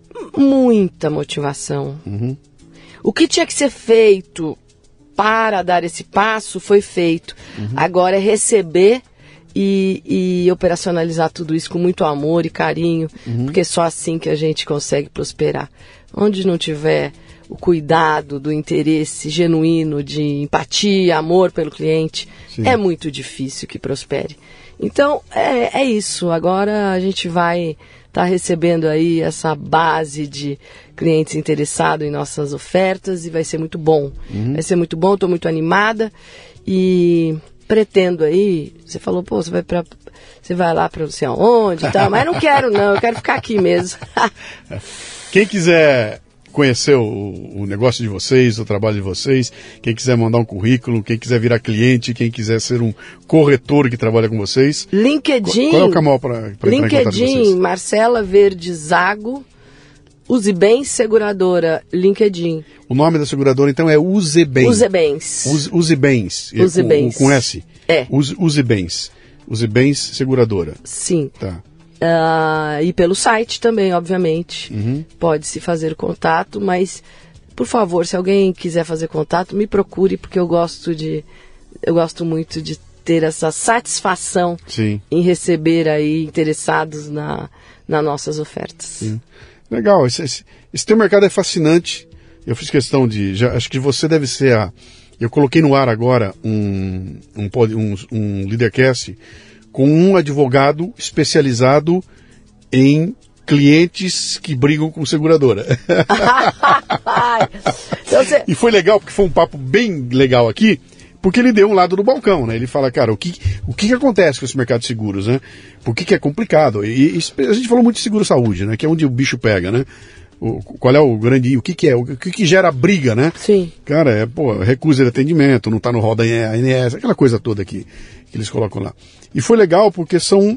[SPEAKER 2] muita motivação.
[SPEAKER 1] Uhum.
[SPEAKER 2] O que tinha que ser feito para dar esse passo foi feito. Uhum. Agora é receber e, e operacionalizar tudo isso com muito amor e carinho, uhum. porque é só assim que a gente consegue prosperar. Onde não tiver o cuidado do interesse genuíno, de empatia, amor pelo cliente, Sim. é muito difícil que prospere. Então, é, é isso. Agora a gente vai estar tá recebendo aí essa base de clientes interessados em nossas ofertas e vai ser muito bom. Uhum. Vai ser muito bom, estou muito animada e pretendo aí, você falou, pô, você vai para você vai lá para não sei aonde e tal, mas não quero não, eu quero ficar aqui mesmo.
[SPEAKER 1] Quem quiser conhecer o, o negócio de vocês, o trabalho de vocês, quem quiser mandar um currículo, quem quiser virar cliente, quem quiser ser um corretor que trabalha com vocês.
[SPEAKER 2] LinkedIn.
[SPEAKER 1] Qual é o canal para entrar em contato com vocês?
[SPEAKER 2] LinkedIn, Marcela Verde Zago, Uzebens Seguradora, LinkedIn.
[SPEAKER 1] O nome da seguradora então é Uzebens.
[SPEAKER 2] Uzebens.
[SPEAKER 1] Uz, Uzebens.
[SPEAKER 2] Uzebens.
[SPEAKER 1] Com, com S?
[SPEAKER 2] É.
[SPEAKER 1] Uz, Uzebens. Uzebens Seguradora.
[SPEAKER 2] Sim.
[SPEAKER 1] Tá.
[SPEAKER 2] Uh, e pelo site também, obviamente,
[SPEAKER 1] uhum.
[SPEAKER 2] pode-se fazer contato, mas, por favor, se alguém quiser fazer contato, me procure, porque eu gosto de, eu gosto muito de ter essa satisfação
[SPEAKER 1] Sim.
[SPEAKER 2] em receber aí interessados na, nas nossas ofertas.
[SPEAKER 1] Sim. Legal, esse, esse, esse teu mercado é fascinante, eu fiz questão de, já, acho que você deve ser a, eu coloquei no ar agora um, um, um, um Leadercast com um advogado especializado em clientes que brigam com seguradora.
[SPEAKER 2] Então, você...
[SPEAKER 1] E foi legal, porque foi um papo bem legal aqui, porque ele deu um lado do balcão, né? Ele fala, cara, o que, o que, que acontece com esse mercado de seguros, né? Por que, que é complicado? E, e a gente falou muito de seguro-saúde, né? Que é onde o bicho pega, né? O, qual é o grande... O que, que é? O que, que gera briga, né?
[SPEAKER 2] Sim.
[SPEAKER 1] Cara, é, pô, recusa de atendimento, não tá no roda A N S, aquela coisa toda aqui que eles colocam lá. E foi legal porque são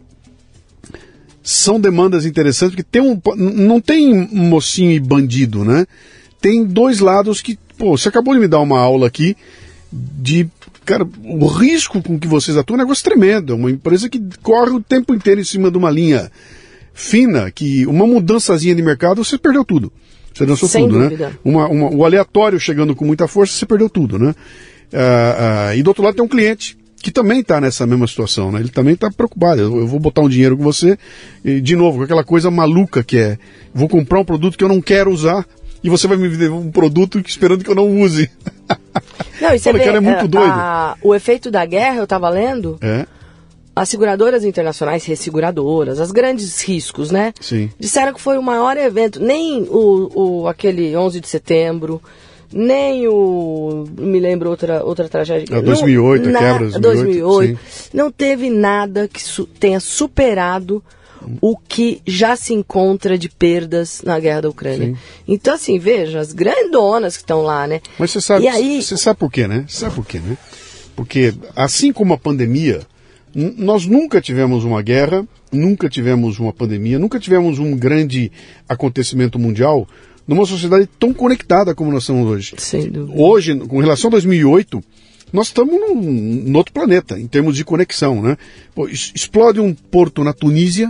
[SPEAKER 1] são demandas interessantes, porque tem um, não tem mocinho e bandido, né? Tem dois lados que, pô, você acabou de me dar uma aula aqui de, cara, o risco com que vocês atuam é um negócio tremendo, é uma empresa que corre o tempo inteiro em cima de uma linha fina, que uma mudançazinha de mercado, você perdeu tudo. Você dançou
[SPEAKER 2] Sem
[SPEAKER 1] tudo,
[SPEAKER 2] dúvida.
[SPEAKER 1] né? Uma, uma, o aleatório chegando com muita força, você perdeu tudo, né? Ah, ah, e do outro lado tem um cliente que também está nessa mesma situação, né? Ele também está preocupado. Eu, eu vou botar um dinheiro com você, e, de novo, com aquela coisa maluca que é, vou comprar um produto que eu não quero usar e você vai me vender um produto esperando que eu não use.
[SPEAKER 2] Não, e você
[SPEAKER 1] Olha,
[SPEAKER 2] vê,
[SPEAKER 1] cara, é muito
[SPEAKER 2] a,
[SPEAKER 1] doido.
[SPEAKER 2] A, o efeito da guerra, eu estava lendo,
[SPEAKER 1] É.
[SPEAKER 2] as seguradoras internacionais, resseguradoras, as grandes riscos, né?
[SPEAKER 1] Sim.
[SPEAKER 2] Disseram que foi o maior evento, nem o, o, aquele onze de setembro, nem o, me lembro outra, outra tragédia.
[SPEAKER 1] A dois mil e oito,
[SPEAKER 2] não,
[SPEAKER 1] a quebra de dois mil e oito.
[SPEAKER 2] dois mil e oito. Não teve nada que su, tenha superado o que já se encontra de perdas na guerra da Ucrânia.
[SPEAKER 1] Sim.
[SPEAKER 2] Então, assim, veja, as grandonas que estão lá, né?
[SPEAKER 1] Mas você sabe,
[SPEAKER 2] E aí...
[SPEAKER 1] você sabe por quê, né? Você sabe por quê, né? Porque, assim como a pandemia, n- nós nunca tivemos uma guerra, nunca tivemos uma pandemia, nunca tivemos um grande acontecimento mundial numa sociedade tão conectada como nós estamos hoje.
[SPEAKER 2] Sem dúvida.
[SPEAKER 1] Hoje, com relação a dois mil e oito, nós estamos num, num outro planeta, em termos de conexão, né? Pô, es- explode um porto na Tunísia,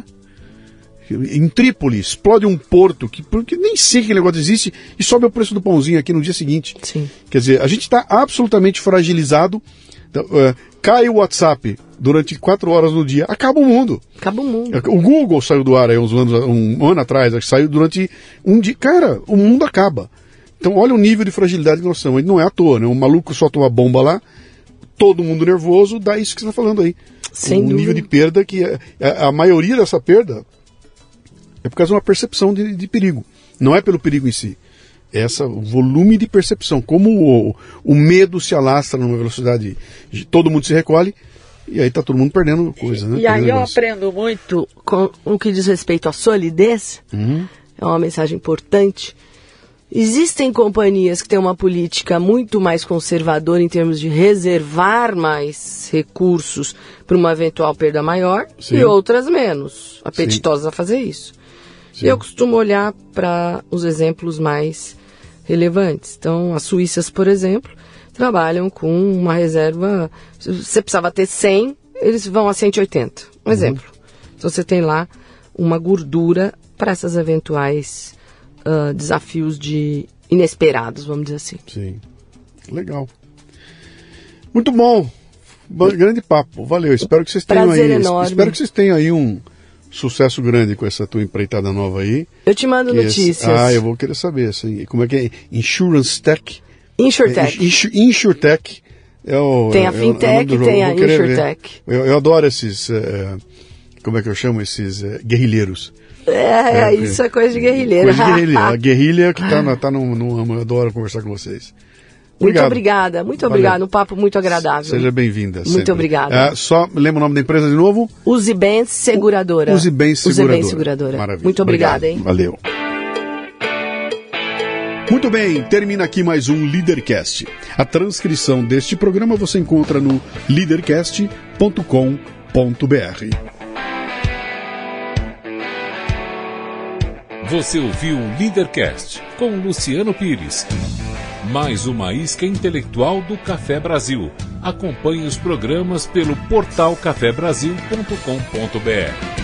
[SPEAKER 1] em Trípoli, explode um porto, que porque nem sei que negócio existe, e sobe o preço do pãozinho aqui no dia seguinte.
[SPEAKER 2] Sim.
[SPEAKER 1] Quer dizer, a gente está absolutamente fragilizado, uh, cai o WhatsApp durante quatro horas no dia, acaba o mundo.
[SPEAKER 2] Acaba o mundo.
[SPEAKER 1] O Google saiu do ar aí uns anos, um ano atrás, saiu durante um dia. Cara, o mundo acaba. Então olha o nível de fragilidade que nós estamos. Não é à toa, né? Um maluco solta uma bomba lá, todo mundo nervoso, dá isso que você está falando aí.
[SPEAKER 2] Sem
[SPEAKER 1] o
[SPEAKER 2] dúvida.
[SPEAKER 1] nível de perda, que é, a, a maioria dessa perda é por causa de uma percepção de, de perigo. Não é pelo perigo em si. É essa, o volume de percepção. Como o, o medo se alastra numa velocidade, todo mundo se recolhe, e aí está todo mundo perdendo coisa, né?
[SPEAKER 2] E aí
[SPEAKER 1] Perdendo
[SPEAKER 2] eu
[SPEAKER 1] negócio.
[SPEAKER 2] aprendo muito com o que diz respeito à solidez,
[SPEAKER 1] Uhum.
[SPEAKER 2] é uma mensagem importante, Existem companhias que têm uma política muito mais conservadora em termos de reservar mais recursos para uma eventual perda maior, Sim. e outras menos apetitosas Sim. a fazer isso. Sim. Eu costumo olhar para os exemplos mais relevantes. Então, as suíças, por exemplo, trabalham com uma reserva... Se você precisava ter cem, eles vão a cento e oitenta. Um uhum. exemplo. Então, você tem lá uma gordura para essas eventuais uh, desafios de inesperados, vamos dizer assim.
[SPEAKER 1] Sim. Legal. Muito bom. Grande papo. Valeu. Espero que vocês tenham
[SPEAKER 2] Prazer
[SPEAKER 1] aí...
[SPEAKER 2] enorme.
[SPEAKER 1] Espero que vocês tenham aí um... sucesso grande com essa tua empreitada nova aí.
[SPEAKER 2] Eu te mando notícias.
[SPEAKER 1] Esse, ah, eu vou querer saber. Assim, como é que é? Insurance Tech?
[SPEAKER 2] Insurtech.
[SPEAKER 1] É, insur, Insurtech. É o,
[SPEAKER 2] tem a
[SPEAKER 1] é,
[SPEAKER 2] Fintech e tem a Insurtech.
[SPEAKER 1] Eu, eu adoro esses... Uh, como é que eu chamo? Esses uh, guerrilheiros.
[SPEAKER 2] É, é, isso é coisa de guerrilheiro.
[SPEAKER 1] Coisa de guerrilheiro. A guerrilha que está tá, tá no, no ramo. Eu adoro conversar com vocês.
[SPEAKER 2] Obrigado. Muito obrigada, muito obrigada. Um papo muito agradável.
[SPEAKER 1] Seja bem-vinda.
[SPEAKER 2] Muito
[SPEAKER 1] sempre.
[SPEAKER 2] obrigada.
[SPEAKER 1] Uh, só lembra o nome da empresa de novo?
[SPEAKER 2] Uzibens Seguradora.
[SPEAKER 1] Uzibens Seguradora.
[SPEAKER 2] Uzibens Seguradora.
[SPEAKER 1] Maravilha.
[SPEAKER 2] Muito obrigada, hein?
[SPEAKER 1] Valeu. Muito bem, termina aqui mais um Leadercast. A transcrição deste programa você encontra no leadercast ponto com ponto b r.
[SPEAKER 3] Você ouviu o Leadercast com Luciano Pires. Mais uma isca intelectual do Café Brasil. Acompanhe os programas pelo portal café brasil ponto com ponto b r.